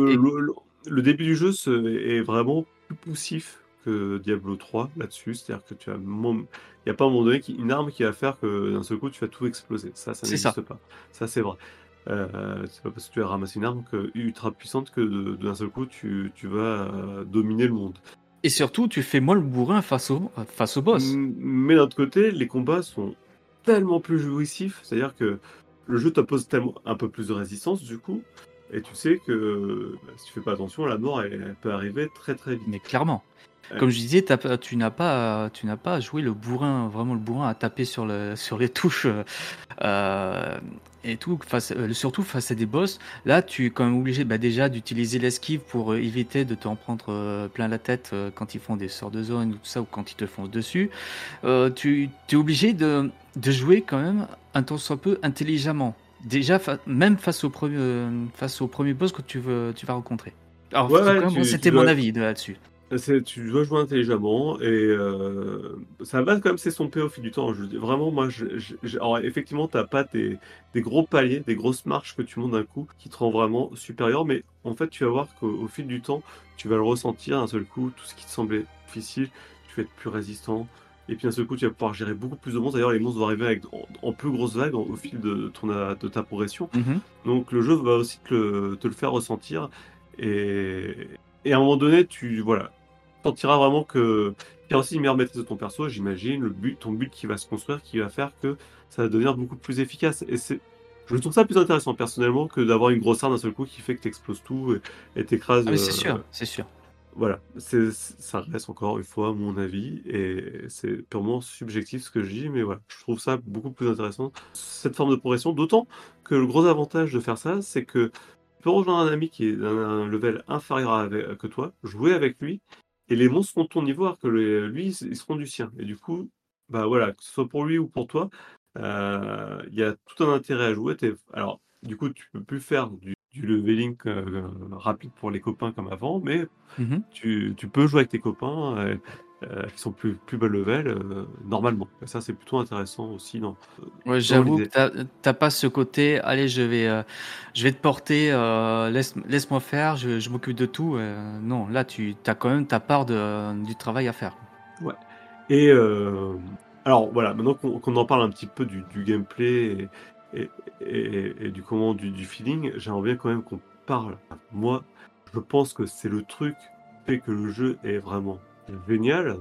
le début du jeu est vraiment plus poussif que Diablo 3 là-dessus. C'est-à-dire que il n'y a pas un moment donné une arme qui va faire que d'un seul coup tu vas tout exploser. Ça c'est ça. n'existe pas. Ça, c'est vrai. C'est pas parce que tu as ramassé une arme ultra puissante que d'un seul coup tu vas dominer le monde. Et surtout, tu fais moins le bourrin face au boss. Mais d'un autre côté, les combats sont tellement plus jouissifs, c'est-à-dire que le jeu t'impose tellement un peu plus de résistance du coup, et tu sais que si tu fais pas attention, la mort elle peut arriver très très vite. Mais clairement. Euh, Comme je disais, tu n'as pas à jouer le bourrin, vraiment le bourrin à taper sur les touches euh, et tout, surtout face à des boss. Là, tu es quand même obligé déjà d'utiliser l'esquive pour éviter de t'en prendre plein la tête quand ils font des sorts de zone ou tout ça, ou quand ils te foncent dessus. Tu es obligé de jouer quand même un tant soit peu intelligemment. Déjà, même face au premier boss que tu vas rencontrer. Alors, ouais, ouais, c'était mon avis là-dessus. tu dois jouer intelligemment et ça va quand même s'estomper au fil du temps. Vraiment, moi, alors, effectivement, t'as pas des gros paliers, des grosses marches que tu montes d'un coup qui te rend vraiment supérieur, mais en fait, tu vas voir qu'au fil du temps, tu vas le ressentir d'un seul coup, tout ce qui te semblait difficile, tu vas être plus résistant. Et puis d'un seul coup, tu vas pouvoir gérer beaucoup plus de monstres. D'ailleurs, les monstres vont arriver en plus grosses vagues au fil de ta progression. Mhm. Donc le jeu va aussi te le faire ressentir. Et à un moment donné, voilà, sentiras vraiment que tu as aussi une meilleure maîtrise de ton perso, j'imagine, ton but qui va se construire, qui va faire que ça va devenir beaucoup plus efficace. Et je trouve ça plus intéressant personnellement que d'avoir une grosse arme d'un seul coup qui fait que tu exploses tout et t'écrases. Ah, mais c'est sûr, c'est sûr. Voilà, ça reste encore une fois mon avis et c'est purement subjectif ce que je dis, mais voilà, je trouve ça beaucoup plus intéressant, cette forme de progression, d'autant que le gros avantage de faire ça, c'est que tu peux rejoindre un ami qui est d'un level inférieur que toi, jouer avec lui, et les monstres seront de ton niveau, alors que lui, ils seront du sien. Et du coup, bah voilà, que ce soit pour lui ou pour toi, il y a tout un intérêt à jouer. Alors, du coup, tu peux plus faire du leveling rapide pour les copains comme avant, mais Mhm. tu peux jouer avec tes copains qui sont plus bas level normalement. Et ça, c'est plutôt intéressant aussi Ouais, dans j'avoue que l'idée. t'as pas ce côté, allez, je vais te porter, laisse-moi faire, je m'occupe de tout. Non, là, tu as quand même ta part du travail à faire. Ouais. Et alors voilà, maintenant qu'on en parle un petit peu du gameplay et, et du comment du feeling, j'aimerais bien quand même qu'on parle. Moi, je pense que c'est le truc qui fait que le jeu est vraiment génial.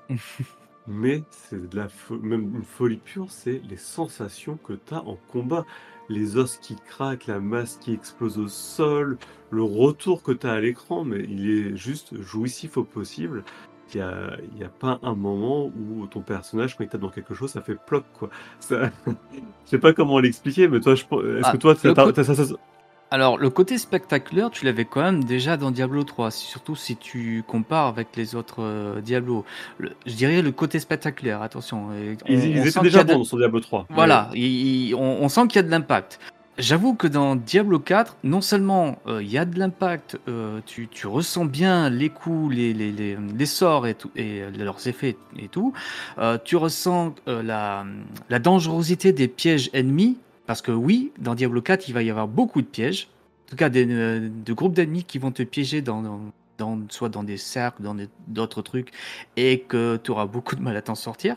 Mais c'est même une folie pure, c'est les sensations que tu as en combat. Les os qui craquent, la masse qui explose au sol, le retour que tu as à l'écran, mais il est juste jouissif au possible. Il y a pas un moment où ton personnage, quand il tape dans quelque chose, ça fait plop, quoi. Ça... Je sais pas comment l'expliquer, mais toi, est-ce que Ah, toi, le co- t'as ça? Alors, le côté spectaculaire, tu l'avais quand même déjà dans Diablo 3, surtout si tu compares avec les autres Diablo. Je dirais le côté spectaculaire, attention. Et on Ils étaient sent qu'il y déjà a bons dans son Diablo 3, mais voilà, on sent qu'il y a de l'impact. J'avoue que dans Diablo 4, non seulement il y a de l'impact, tu ressens bien les coups, les sorts et, tout, et leurs effets et tout. Tu ressens la dangerosité des pièges ennemis, parce que oui, dans Diablo 4, il va y avoir beaucoup de pièges. En tout cas, de groupes d'ennemis qui vont te piéger soit dans des cercles, d'autres trucs, et que tu auras beaucoup de mal à t'en sortir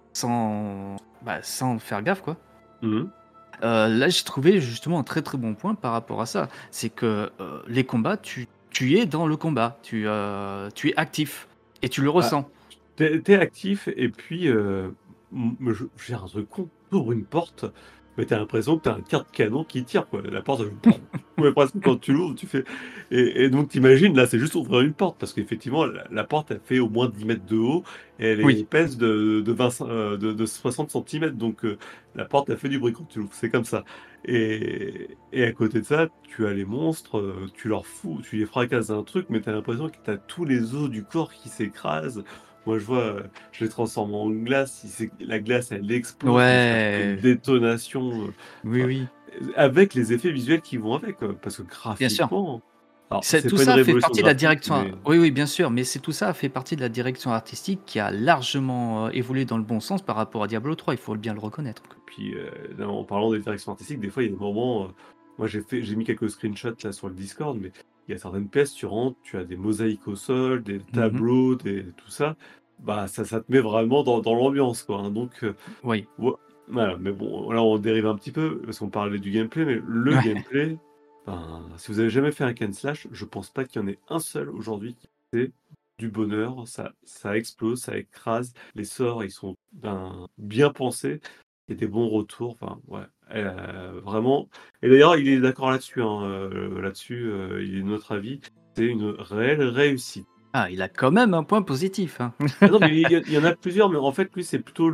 sans faire gaffe, quoi. Mhm. Là, j'ai trouvé justement un très très bon point par rapport à ça. C'est que les combats, tu es dans le combat, tu es actif et tu le Ah, ressens. t'es actif et puis j'ai un truc con, t'ouvres une porte, mais t'as l'impression que t'as un tir de canon qui tire, quoi. La porte, ouais, presque quand tu l'ouvres, tu fais. Et donc t'imagines, là, c'est juste ouvrir une porte, parce qu'effectivement, la porte, elle fait au moins 10 mètres de haut et elle est Oui, épaisse de 60 centimètres. Donc la porte, elle fait du bruit quand tu l'ouvres, c'est comme ça. Et à côté de ça, tu as les monstres, tu leur fous, tu les fracasses d'un truc, mais t'as l'impression que t'as tous les os du corps qui s'écrasent. Moi, je vois, je les transforme en glace. La glace, elle explose, mais ça fait une ouais, détonation. oui, Enfin, oui, avec les effets visuels qui vont avec, parce que bien sûr. graphiquement, alors c'est Tout pas une ça fait révolution partie de la graphique, direction. mais Oui, oui, bien sûr, mais tout ça fait partie de la direction artistique qui a largement évolué dans le bon sens par rapport à Diablo 3. Il faut bien le reconnaître. puis là, en parlant des directions artistiques, des fois il y a des moments. Moi, j'ai mis quelques screenshots là sur le Discord, mais il y a certaines pièces, tu rentres, tu as des mosaïques au sol, des Mhm. tableaux, tout ça. Bah, ça te met vraiment dans l'ambiance, quoi. Hein. Donc, Oui. ouais, voilà, mais bon, là on dérive un petit peu parce qu'on parlait du gameplay, mais le Ouais. gameplay, ben, si vous avez jamais fait un can slash, je pense pas qu'il y en ait un seul aujourd'hui qui c'est du bonheur, ça explose, ça écrase, les sorts ils sont bien pensés, et des bons retours, enfin ouais, vraiment. Et d'ailleurs il est d'accord là-dessus, hein, là-dessus il est de notre avis, c'est une réelle réussite. Ah, il a quand même un point positif, hein. Ah non, mais il y en a plusieurs, mais en fait, lui, c'est plutôt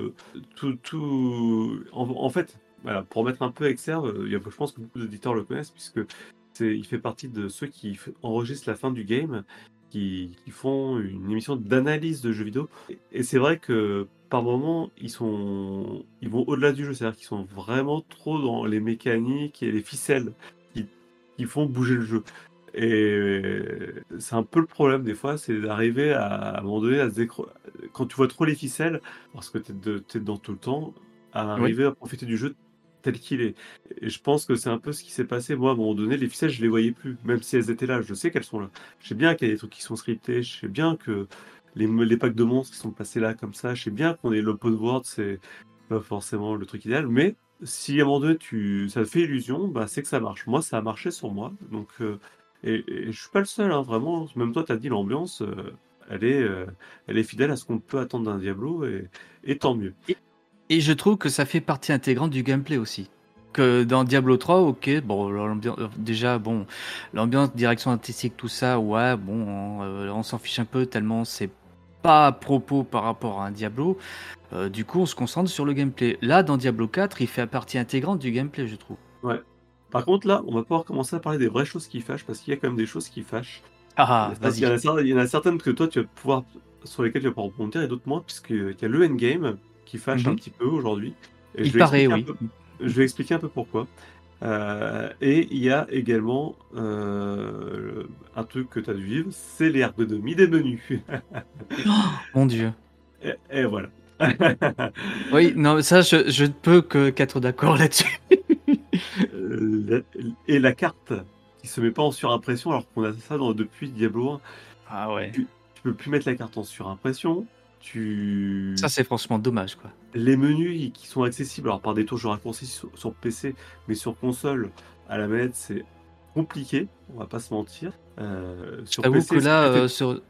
en fait, voilà, pour mettre un peu exergue, je pense que beaucoup d'auditeurs le connaissent, puisque il fait partie de ceux qui enregistrent la fin du game, qui font une émission d'analyse de jeux vidéo. Et c'est vrai que par moments, ils vont au-delà du jeu, c'est-à-dire qu'ils sont vraiment trop dans les mécaniques et les ficelles qui, qui font bouger le jeu. Et c'est un peu le problème des fois, c'est d'arriver à un moment donné à quand tu vois trop les ficelles, parce que t'es dedans tout le temps, à Oui. arriver à profiter du jeu tel qu'il est. Et je pense que c'est un peu ce qui s'est passé. Moi, à un moment donné, les ficelles, je les voyais plus, même si elles étaient là. Je sais qu'elles sont là. Je sais bien qu'il y a des trucs qui sont scriptés. Je sais bien que les packs de monstres qui sont passés là comme ça. Je sais bien qu'on est l'open world, c'est pas forcément le truc idéal. Mais si à un moment donné, ça te fait illusion, bah, c'est que ça marche. Moi, ça a marché sur moi. Donc, et je suis pas le seul, hein, vraiment. Même toi, tu as dit l'ambiance, elle est fidèle à ce qu'on peut attendre d'un Diablo et tant mieux. Et je trouve que ça fait partie intégrante du gameplay aussi. Que dans Diablo 3, ok, bon, déjà, bon, l'ambiance, direction artistique, tout ça, ouais, bon, on s'en fiche un peu tellement c'est pas à propos par rapport à un Diablo. Du coup, on se concentre sur le gameplay. Là, dans Diablo 4, il fait partie intégrante du gameplay, je trouve. Ouais. Par contre, là, on va pouvoir commencer à parler des vraies choses qui fâchent, parce qu'il y a quand même des choses qui fâchent. Ah, Il vas-y. y en a certaines que toi, tu vas pouvoir, sur lesquelles tu vas pouvoir rebondir, et d'autres moins, puisqu'il y a le endgame qui fâche un petit peu aujourd'hui. Et Il paraît, oui. Je vais expliquer un peu pourquoi. Et il y a également un truc que tu as dû vivre, c'est l'ergonomie des menus. Mon Dieu. Et voilà. Oui, non, ça, je ne peux qu'être d'accord là-dessus. Et la carte qui se met pas en surimpression alors qu'on a ça depuis Diablo 1. Ah ouais. Tu peux plus mettre la carte en surimpression. Ça, c'est franchement dommage, quoi. Les menus qui sont accessibles alors par des touches de raccourci sur PC, mais sur console, à la manette, c'est compliqué, on va pas se mentir. Sur J'avoue PC, que là,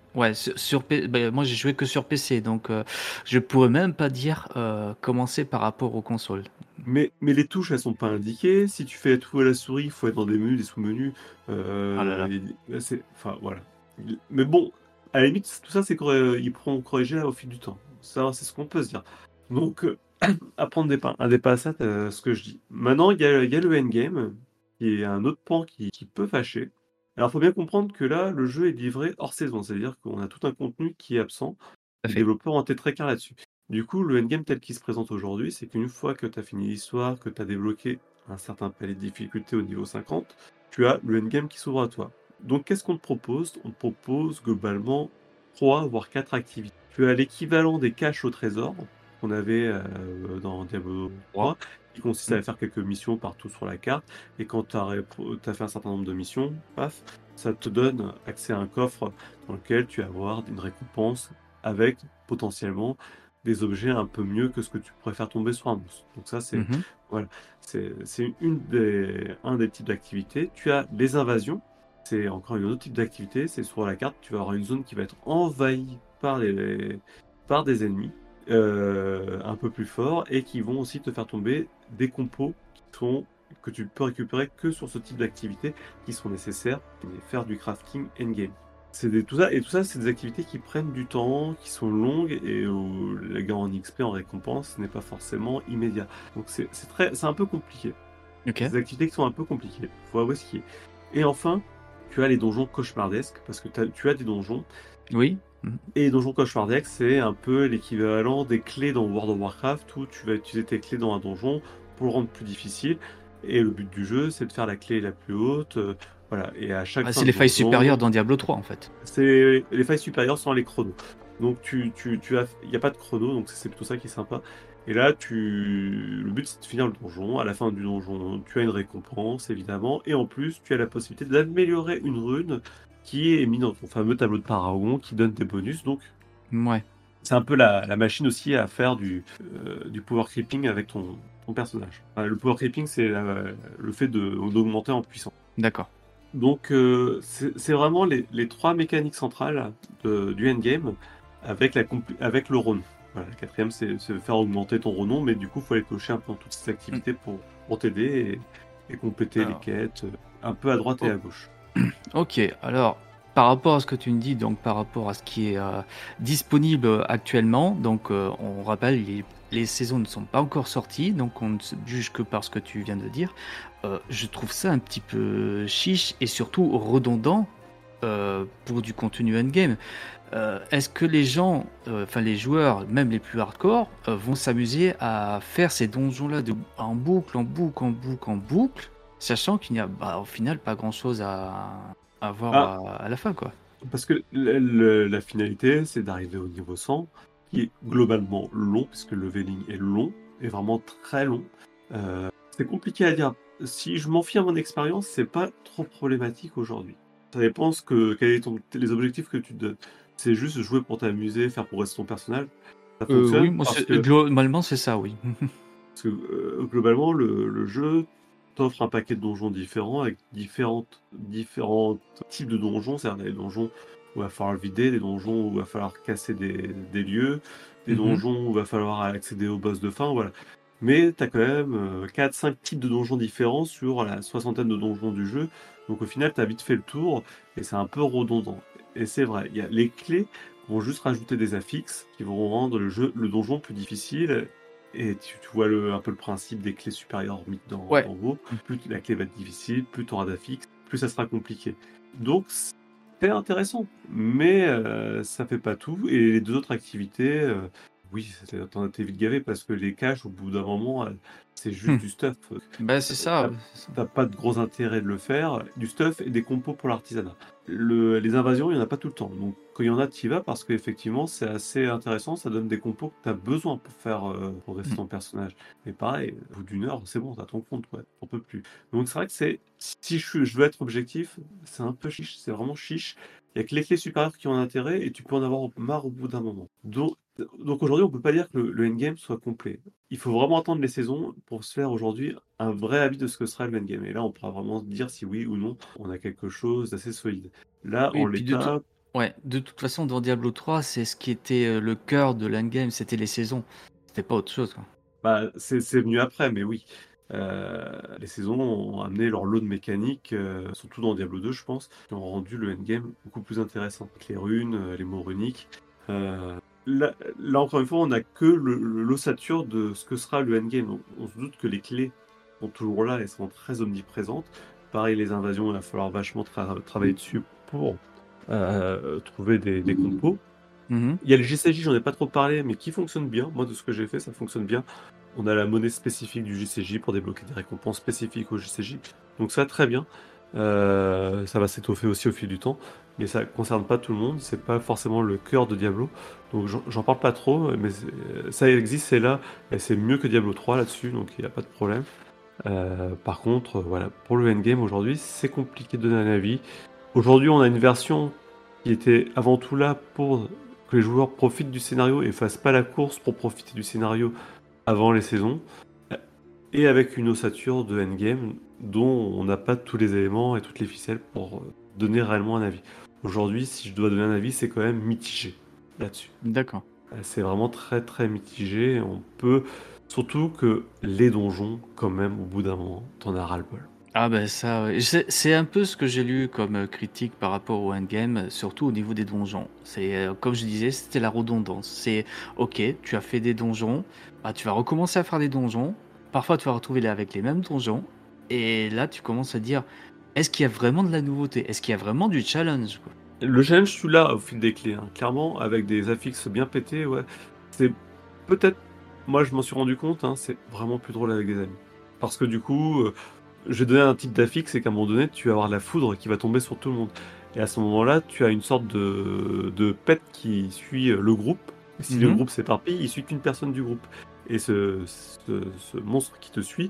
moi j'ai joué que sur PC, donc je pourrais même pas dire commencer par rapport aux consoles. Mais les touches, elles sont pas indiquées. Si tu fais tout à la souris, il faut être dans des menus, des sous-menus. Ah là là. Enfin, voilà. Mais bon, à la limite, tout ça, ils pourront corriger au fil du temps. Ça, c'est ce qu'on peut se dire. Donc, apprendre un des pas à ça, ce que je dis. Maintenant, il y a le endgame, qui est un autre pan qui peut fâcher. Alors, il faut bien comprendre que là, le jeu est livré hors saison. C'est-à-dire qu'on a tout un contenu qui est absent. à Les fait. développeurs ont été très clairs là-dessus. Du coup, le endgame tel qu'il se présente aujourd'hui, c'est qu'une fois que tu as fini l'histoire, que tu as débloqué un certain palier de difficulté au niveau 50, tu as le endgame qui s'ouvre à toi. Donc, qu'est-ce qu'on te propose? On te propose globalement 3 voire 4 activités. Tu as l'équivalent des caches au trésor qu'on avait dans Diablo 3, qui consiste à faire quelques missions partout sur la carte. Et quand tu as fait un certain nombre de missions, paf, ça te donne accès à un coffre dans lequel tu vas avoir une récompense avec potentiellement des objets un peu mieux que ce que tu pourrais faire tomber sur un monstre. Donc ça, c'est Mhm. voilà, c'est un des types d'activités. Tu as les invasions. C'est encore un autre type d'activité. C'est sur la carte, tu vas avoir une zone qui va être envahie par des ennemis un peu plus forts et qui vont aussi te faire tomber des compos que tu peux récupérer que sur ce type d'activité qui sont nécessaires pour faire du crafting endgame. Tout ça, c'est des activités qui prennent du temps, qui sont longues et où la gain en XP en récompense n'est pas forcément immédiat. Donc c'est un peu compliqué. Ok. Des activités qui sont un peu compliquées. Faut avouer ce qui est. Et enfin, tu as les donjons cauchemardesques parce que tu as des donjons. Oui. Et les donjons cauchemardesques, c'est un peu l'équivalent des clés dans World of Warcraft où tu vas utiliser tes clés dans un donjon pour le rendre plus difficile. Et le but du jeu, c'est de faire la clé la plus haute. Voilà. Et à chaque fin C'est de les failles donjon, supérieures dans Diablo 3 en fait. les failles supérieures sont les chronos. Donc il n'y a pas de chrono, donc c'est plutôt ça qui est sympa. Et là, le but c'est de finir le donjon. À la fin du donjon, tu as une récompense évidemment, et en plus, tu as la possibilité d'améliorer une rune qui est mise dans ton fameux tableau de Paragon qui donne des bonus. Donc Ouais. c'est un peu la machine aussi à faire du power creeping avec ton personnage. Enfin, le power creeping, c'est le fait d'augmenter en puissance. D'accord. Donc c'est vraiment les 3 mécaniques centrales du endgame avec le renom. Voilà, la quatrième, c'est faire augmenter ton renom, mais du coup, il faut aller cocher un peu dans toutes ces activités pour t'aider et compléter les quêtes un peu à droite et à gauche. Ok, alors par rapport à ce que tu me dis, donc par rapport à ce qui est disponible actuellement, donc on rappelle, les saisons ne sont pas encore sorties, donc on ne se juge que par ce que tu viens de dire. Je trouve ça un petit peu chiche et surtout redondant pour du contenu endgame. Est-ce que les gens, enfin les joueurs, même les plus hardcore, vont s'amuser à faire ces donjons-là en boucle, sachant qu'il n'y a au final pas grand-chose à voir à la fin, quoi. Parce que la finalité, c'est d'arriver au niveau 100, qui est globalement long, puisque le leveling est long, et vraiment très long. C'est compliqué à dire. Si je m'en fie à mon expérience, c'est pas trop problématique aujourd'hui. Ça dépend quels sont les objectifs que tu te donnes. C'est juste jouer pour t'amuser, faire progresser ton personnage. Ça fonctionne Oui, moi, globalement, c'est ça, oui. parce que globalement, le jeu t'offre un paquet de donjons différents avec différents types de donjons. C'est-à-dire des donjons où il va falloir vider, des donjons où il va falloir casser des lieux, des Mhm. donjons où il va falloir accéder au boss de fin, voilà. Mais tu as quand même 4-5 types de donjons différents sur la soixantaine de donjons du jeu. Donc au final, tu as vite fait le tour et c'est un peu redondant. Et c'est vrai, les clés vont juste rajouter des affixes qui vont rendre le donjon plus difficile. Et tu vois un peu le principe des clés supérieures mises Ouais. en haut. Plus la clé va être difficile, plus tu auras d'affixes, plus ça sera compliqué. Donc c'est intéressant, mais ça fait pas tout. Et les deux autres activités, oui, t'es vite gavé parce que les caches, au bout d'un moment, c'est juste Hmm. du stuff. Bah, c'est ça. T'as pas de gros intérêt de le faire. Du stuff et des compos pour l'artisanat. Les invasions, il n'y en a pas tout le temps. Donc quand il y en a, tu y vas parce qu'effectivement, c'est assez intéressant. Ça donne des compos que tu as besoin pour faire progresser ton personnage. Mais pareil, au bout d'une heure, c'est bon, t'as ton compte, ouais, t'en peux plus. Donc c'est vrai que si je veux être objectif, c'est un peu chiche, c'est vraiment chiche. Il y a que les clés supérieures qui ont un intérêt et tu peux en avoir marre au bout d'un moment. Donc aujourd'hui, on peut pas dire que le endgame soit complet. Il faut vraiment attendre les saisons pour se faire aujourd'hui un vrai avis de ce que sera le endgame. Et là, on pourra vraiment dire si oui ou non on a quelque chose d'assez solide. Là, Oui, en et puis l'état, de toute façon, dans Diablo 3, c'est ce qui était le cœur de l'endgame, c'était les saisons. C'était pas autre chose, quoi. bah, c'est venu après, mais oui. Les saisons ont amené leur lot de mécaniques, surtout dans Diablo 2, je pense, qui ont rendu le endgame beaucoup plus intéressant. Avec les runes, les mots runiques. Là, encore une fois, on n'a que l'ossature de ce que sera le endgame. On se doute que les clés sont toujours là et sont très omniprésentes. Pareil, les invasions, il va falloir vachement travailler dessus pour trouver des compos. Mhm. Il y a le JCJ, j'en ai pas trop parlé, mais qui fonctionne bien. Moi, de ce que j'ai fait, ça fonctionne bien. On a la monnaie spécifique du JCJ pour débloquer des récompenses spécifiques au JCJ. Donc ça, très bien. Ça va s'étoffer aussi au fil du temps. Mais ça concerne pas tout le monde. C'est pas forcément le cœur de Diablo. Donc j'en parle pas trop. Mais ça existe, c'est là. Et c'est mieux que Diablo 3 là-dessus. Donc il n'y a pas de problème. Par contre, voilà, pour le endgame aujourd'hui, c'est compliqué de donner un avis. Aujourd'hui, on a une version qui était avant tout là pour que les joueurs profitent du scénario et fassent pas la course pour profiter du scénario avant les saisons, et avec une ossature de endgame dont on n'a pas tous les éléments et toutes les ficelles pour donner réellement un avis. Aujourd'hui, si je dois donner un avis, c'est quand même mitigé là-dessus. D'accord. C'est vraiment très très mitigé. On peut, surtout que les donjons, quand même, au bout d'un moment, t'en as ras-le-bol. Ah ben ça, ouais. C'est un peu ce que j'ai lu comme critique par rapport au endgame, surtout au niveau des donjons. C'est comme je disais, c'était la redondance. C'est ok, tu as fait des donjons, bah, tu vas recommencer à faire des donjons. Parfois, tu vas retrouver avec les mêmes donjons, et là, tu commences à dire, est-ce qu'il y a vraiment de la nouveauté? Est-ce qu'il y a vraiment du challenge, quoi? Le challenge, je suis là au fil des clés, hein. Clairement, avec des affixes bien pétés, ouais. C'est peut-être, moi je m'en suis rendu compte, hein, c'est vraiment plus drôle avec des amis. Parce que du coup, je vais donner un type d'affixe, c'est qu'à un moment donné, tu vas avoir la foudre qui va tomber sur tout le monde. Et à ce moment-là, tu as une sorte de pet qui suit le groupe. Et si le Mhm. groupe s'éparpille, il suit qu'une personne du groupe. Et ce monstre qui te suit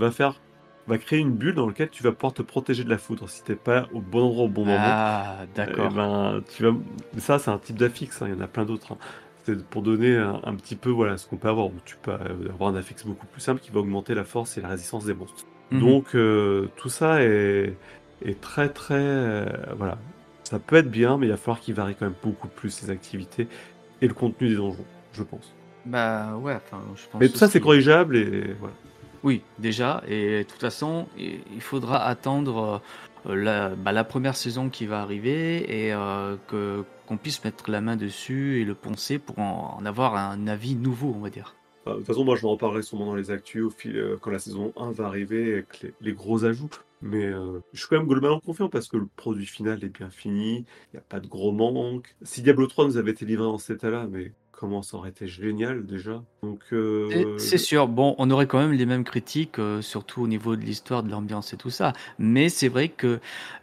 va créer une bulle dans laquelle tu vas pouvoir te protéger de la foudre. Si t'es pas au bon endroit au bon moment, Ah, eh d'accord. ben, ça, c'est un type d'affixe, hein, il y en a plein d'autres, hein. C'est pour donner un petit peu voilà, ce qu'on peut avoir. Où tu peux avoir un affixe beaucoup plus simple qui va augmenter la force et la résistance des monstres. Mhm. Donc, tout ça est très, très. Voilà. Ça peut être bien, mais il va falloir qu'il varie quand même beaucoup plus ses activités et le contenu des donjons, je pense. Bah ouais, enfin, je pense Mais tout ça, c'est aussi. corrigeable et voilà. Oui, déjà, et de toute façon, il faudra attendre la première saison qui va arriver et qu'on puisse mettre la main dessus et le poncer pour en avoir un avis nouveau, on va dire. De toute façon, moi, je en reparlerai sûrement dans les actus quand la saison 1 va arriver avec les gros ajouts. Mais je suis quand même globalement confiant parce que le produit final est bien fini, il n'y a pas de gros manques. Si Diablo 3 nous avait été livré en cet état-là, mais comment ça aurait été génial déjà. Donc, C'est sûr, bon, on aurait quand même les mêmes critiques, surtout au niveau de l'histoire, de l'ambiance et tout ça. Mais c'est vrai que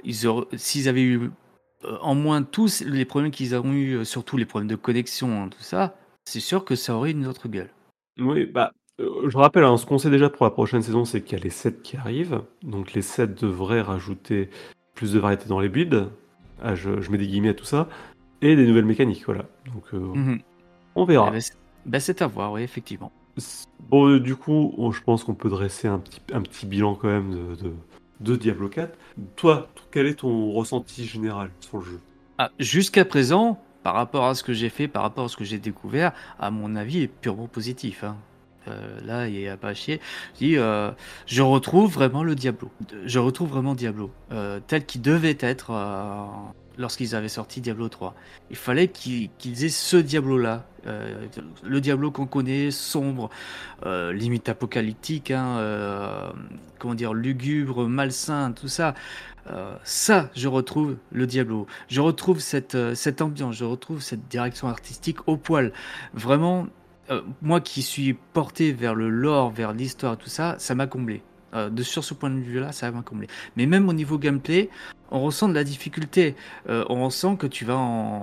s'ils avaient eu en moins tous les problèmes qu'ils ont eu, surtout les problèmes de connexion, hein, tout ça, c'est sûr que ça aurait une autre gueule. oui, bah, je rappelle, hein, ce qu'on sait déjà pour la prochaine saison, c'est qu'il y a les sets qui arrivent. Donc les sets devraient rajouter plus de variété dans les builds. Ah, je mets des guillemets à tout ça. Et des nouvelles mécaniques, voilà. Donc Mhm. on Eh verra. ben, c'est à voir, oui, effectivement. Bon, du coup, je pense qu'on peut dresser un petit bilan quand même de Diablo 4. Toi, quel est ton ressenti général sur le jeu? Jusqu'à présent, par rapport à ce que j'ai fait, par rapport à ce que j'ai découvert, à mon avis, est purement positif. Hein. Là, il n'y a pas à chier. Je retrouve vraiment le Diablo. Je retrouve vraiment Diablo, tel qu'il devait être lorsqu'ils avaient sorti Diablo 3. Il fallait qu'ils aient ce Diablo-là. Le Diablo qu'on connaît, sombre, limite apocalyptique, hein, comment dire, lugubre, malsain, tout ça. Ça, je retrouve le Diablo. Je retrouve cette ambiance, je retrouve cette direction artistique au poil. Vraiment, moi qui suis porté vers le lore, vers l'histoire, tout ça, ça m'a comblé. Sur ce point de vue-là, ça m'a comblé. Mais même au niveau gameplay, on ressent de la difficulté. On ressent que tu vas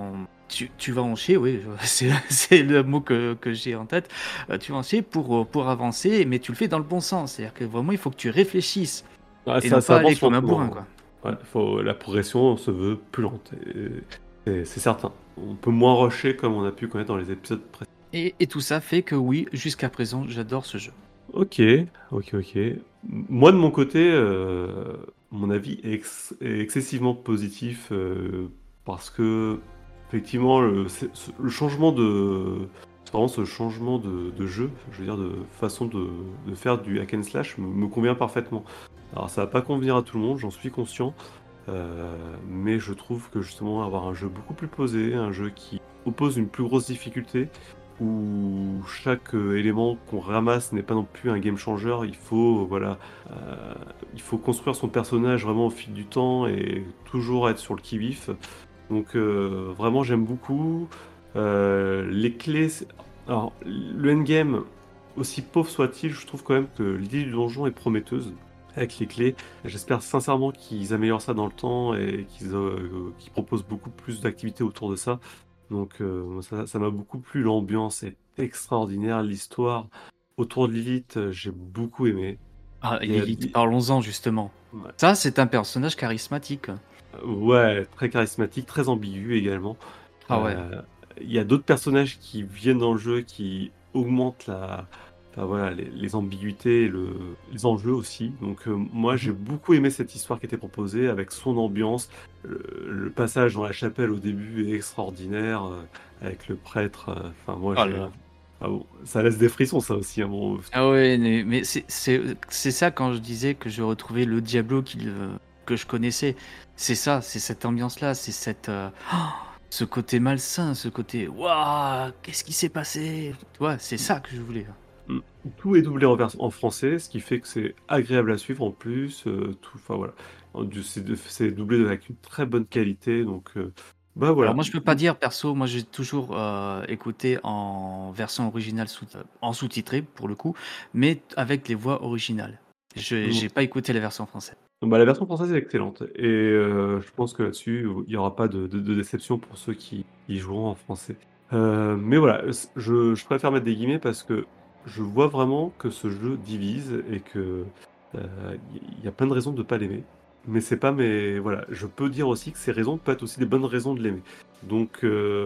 en chier, oui, c'est le mot que j'ai en tête. Tu vas en chier pour avancer, mais tu le fais dans le bon sens. C'est-à-dire que vraiment, il faut que tu réfléchisses. Et non pas aller avance comme un lentement. bourrin, quoi. Ouais, la progression se veut plus lente. C'est certain. On peut moins rusher comme on a pu connaître dans les épisodes précédents. Et tout ça fait que oui, jusqu'à présent, j'adore ce jeu. Ok. Moi, de mon côté, mon avis est excessivement positif parce que, effectivement, le changement c'est vraiment ce changement de jeu, je veux dire, de façon de faire du hack and slash me convient parfaitement. Alors, ça va pas convenir à tout le monde, j'en suis conscient, mais je trouve que justement, avoir un jeu beaucoup plus posé, un jeu qui oppose une plus grosse difficulté, où chaque élément qu'on ramasse n'est pas non plus un game changer. Il faut construire son personnage vraiment au fil du temps et toujours être sur le qui-vif. Donc vraiment j'aime beaucoup. Les clés, alors le endgame, aussi pauvre soit-il, je trouve quand même que l'idée du donjon est prometteuse avec les clés. J'espère sincèrement qu'ils améliorent ça dans le temps et qu'ils proposent beaucoup plus d'activités autour de ça. Donc ça m'a beaucoup plu, l'ambiance est extraordinaire, l'histoire autour de Lilith, j'ai beaucoup aimé. Lilith, parlons-en justement. Ouais. Ça, c'est un personnage charismatique. Ouais, très charismatique, très ambigu également. Ah ouais. Il y a d'autres personnages qui viennent dans le jeu qui augmentent les ambiguïtés et les enjeux aussi. Donc moi j'ai beaucoup aimé cette histoire qui était proposée avec son ambiance. Le passage dans la chapelle au début est extraordinaire avec le prêtre. Enfin moi ça laisse des frissons ça aussi. Hein, bon. Ah ouais, mais c'est ça quand je disais que je retrouvais le Diablo que je connaissais. C'est ça, c'est cette ambiance-là, c'est ce côté malsain, ce côté waouh, qu'est-ce qui s'est passé? Tu vois, c'est ça que je voulais. Tout est doublé en français, ce qui fait que c'est agréable à suivre en plus. Voilà. C'est doublé avec une très bonne qualité, donc voilà. Alors moi je peux pas dire perso, moi j'ai toujours écouté en version originale en sous-titré pour le coup, mais avec les voix originales. J'ai pas écouté la version française. La version française est excellente et je pense que là-dessus il n'y aura pas de déception pour ceux qui y joueront en français. Mais voilà, je préfère mettre des guillemets parce que je vois vraiment que ce jeu divise et que il y a plein de raisons de ne pas l'aimer. Mais c'est pas voilà, je peux dire aussi que ces raisons peuvent être aussi des bonnes raisons de l'aimer. Donc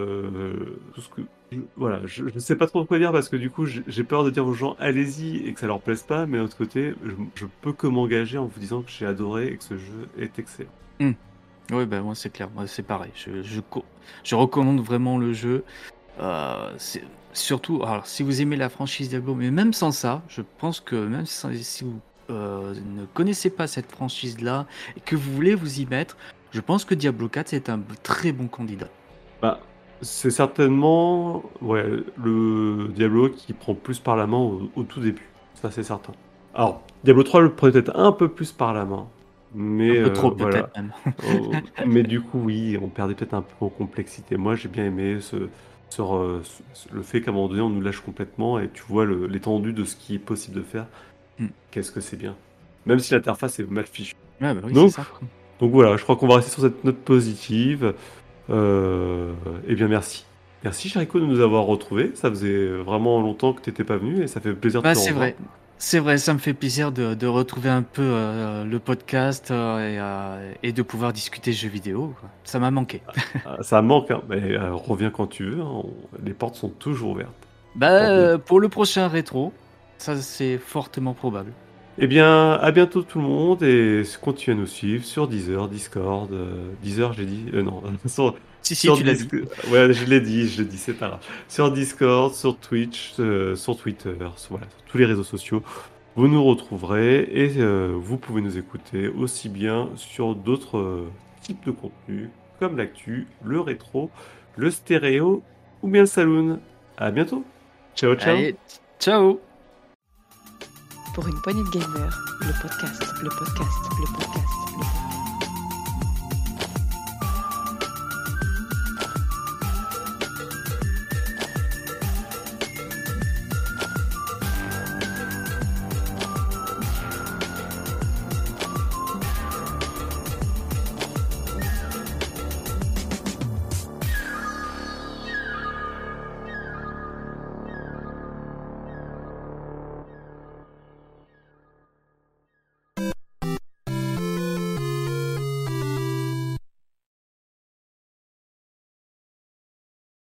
je sais pas trop quoi dire parce que du coup j'ai peur de dire aux gens allez-y et que ça leur plaise pas, mais d'un autre côté je peux que m'engager en vous disant que j'ai adoré et que ce jeu est excellent. Oui, ben moi c'est clair, moi c'est pareil. Je recommande vraiment le jeu. Surtout, alors si vous aimez la franchise Diablo, mais même sans ça, je pense que même si vous ne connaissez pas cette franchise-là et que vous voulez vous y mettre, je pense que Diablo 4 c'est un très bon candidat. C'est certainement le Diablo qui prend plus par la main au tout début, ça c'est certain. Alors, Diablo 3 le prenait peut-être un peu plus par la main, mais un peu trop voilà. peut-être même. Mais du coup, oui, on perdait peut-être un peu en complexité. Moi, j'ai bien aimé le fait qu'à un moment donné, on nous lâche complètement et tu vois l'étendue de ce qui est possible de faire. Qu'est-ce que c'est bien. Même si l'interface est mal fichue. Ouais, bah oui, donc, c'est ça. Donc voilà, je crois qu'on va rester sur cette note positive. Eh bien, merci. Merci, Charico, de nous avoir retrouvés. Ça faisait vraiment longtemps que tu n'étais pas venu et ça fait plaisir de te revoir. C'est vrai, ça me fait plaisir de retrouver un peu le podcast et de pouvoir discuter jeux vidéo. Quoi. Ça m'a manqué. Ça manque, hein, mais reviens quand tu veux. Hein, les portes sont toujours ouvertes. Pour le prochain rétro, ça c'est fortement probable. Eh bien, à bientôt tout le monde et continuez à nous suivre sur Deezer, Discord, Deezer j'ai dit, non, Si, sur tu l'as dit. Ouais, je l'ai dit, c'est pas grave. Sur Discord, sur Twitch, sur Twitter, voilà, sur tous les réseaux sociaux, vous nous retrouverez et vous pouvez nous écouter aussi bien sur d'autres types de contenus comme l'actu, le rétro, le stéréo ou bien le saloon. À bientôt. Ciao, ciao. Allez, ciao. Pour une poignée de gamers, le podcast, le podcast, le podcast, le podcast.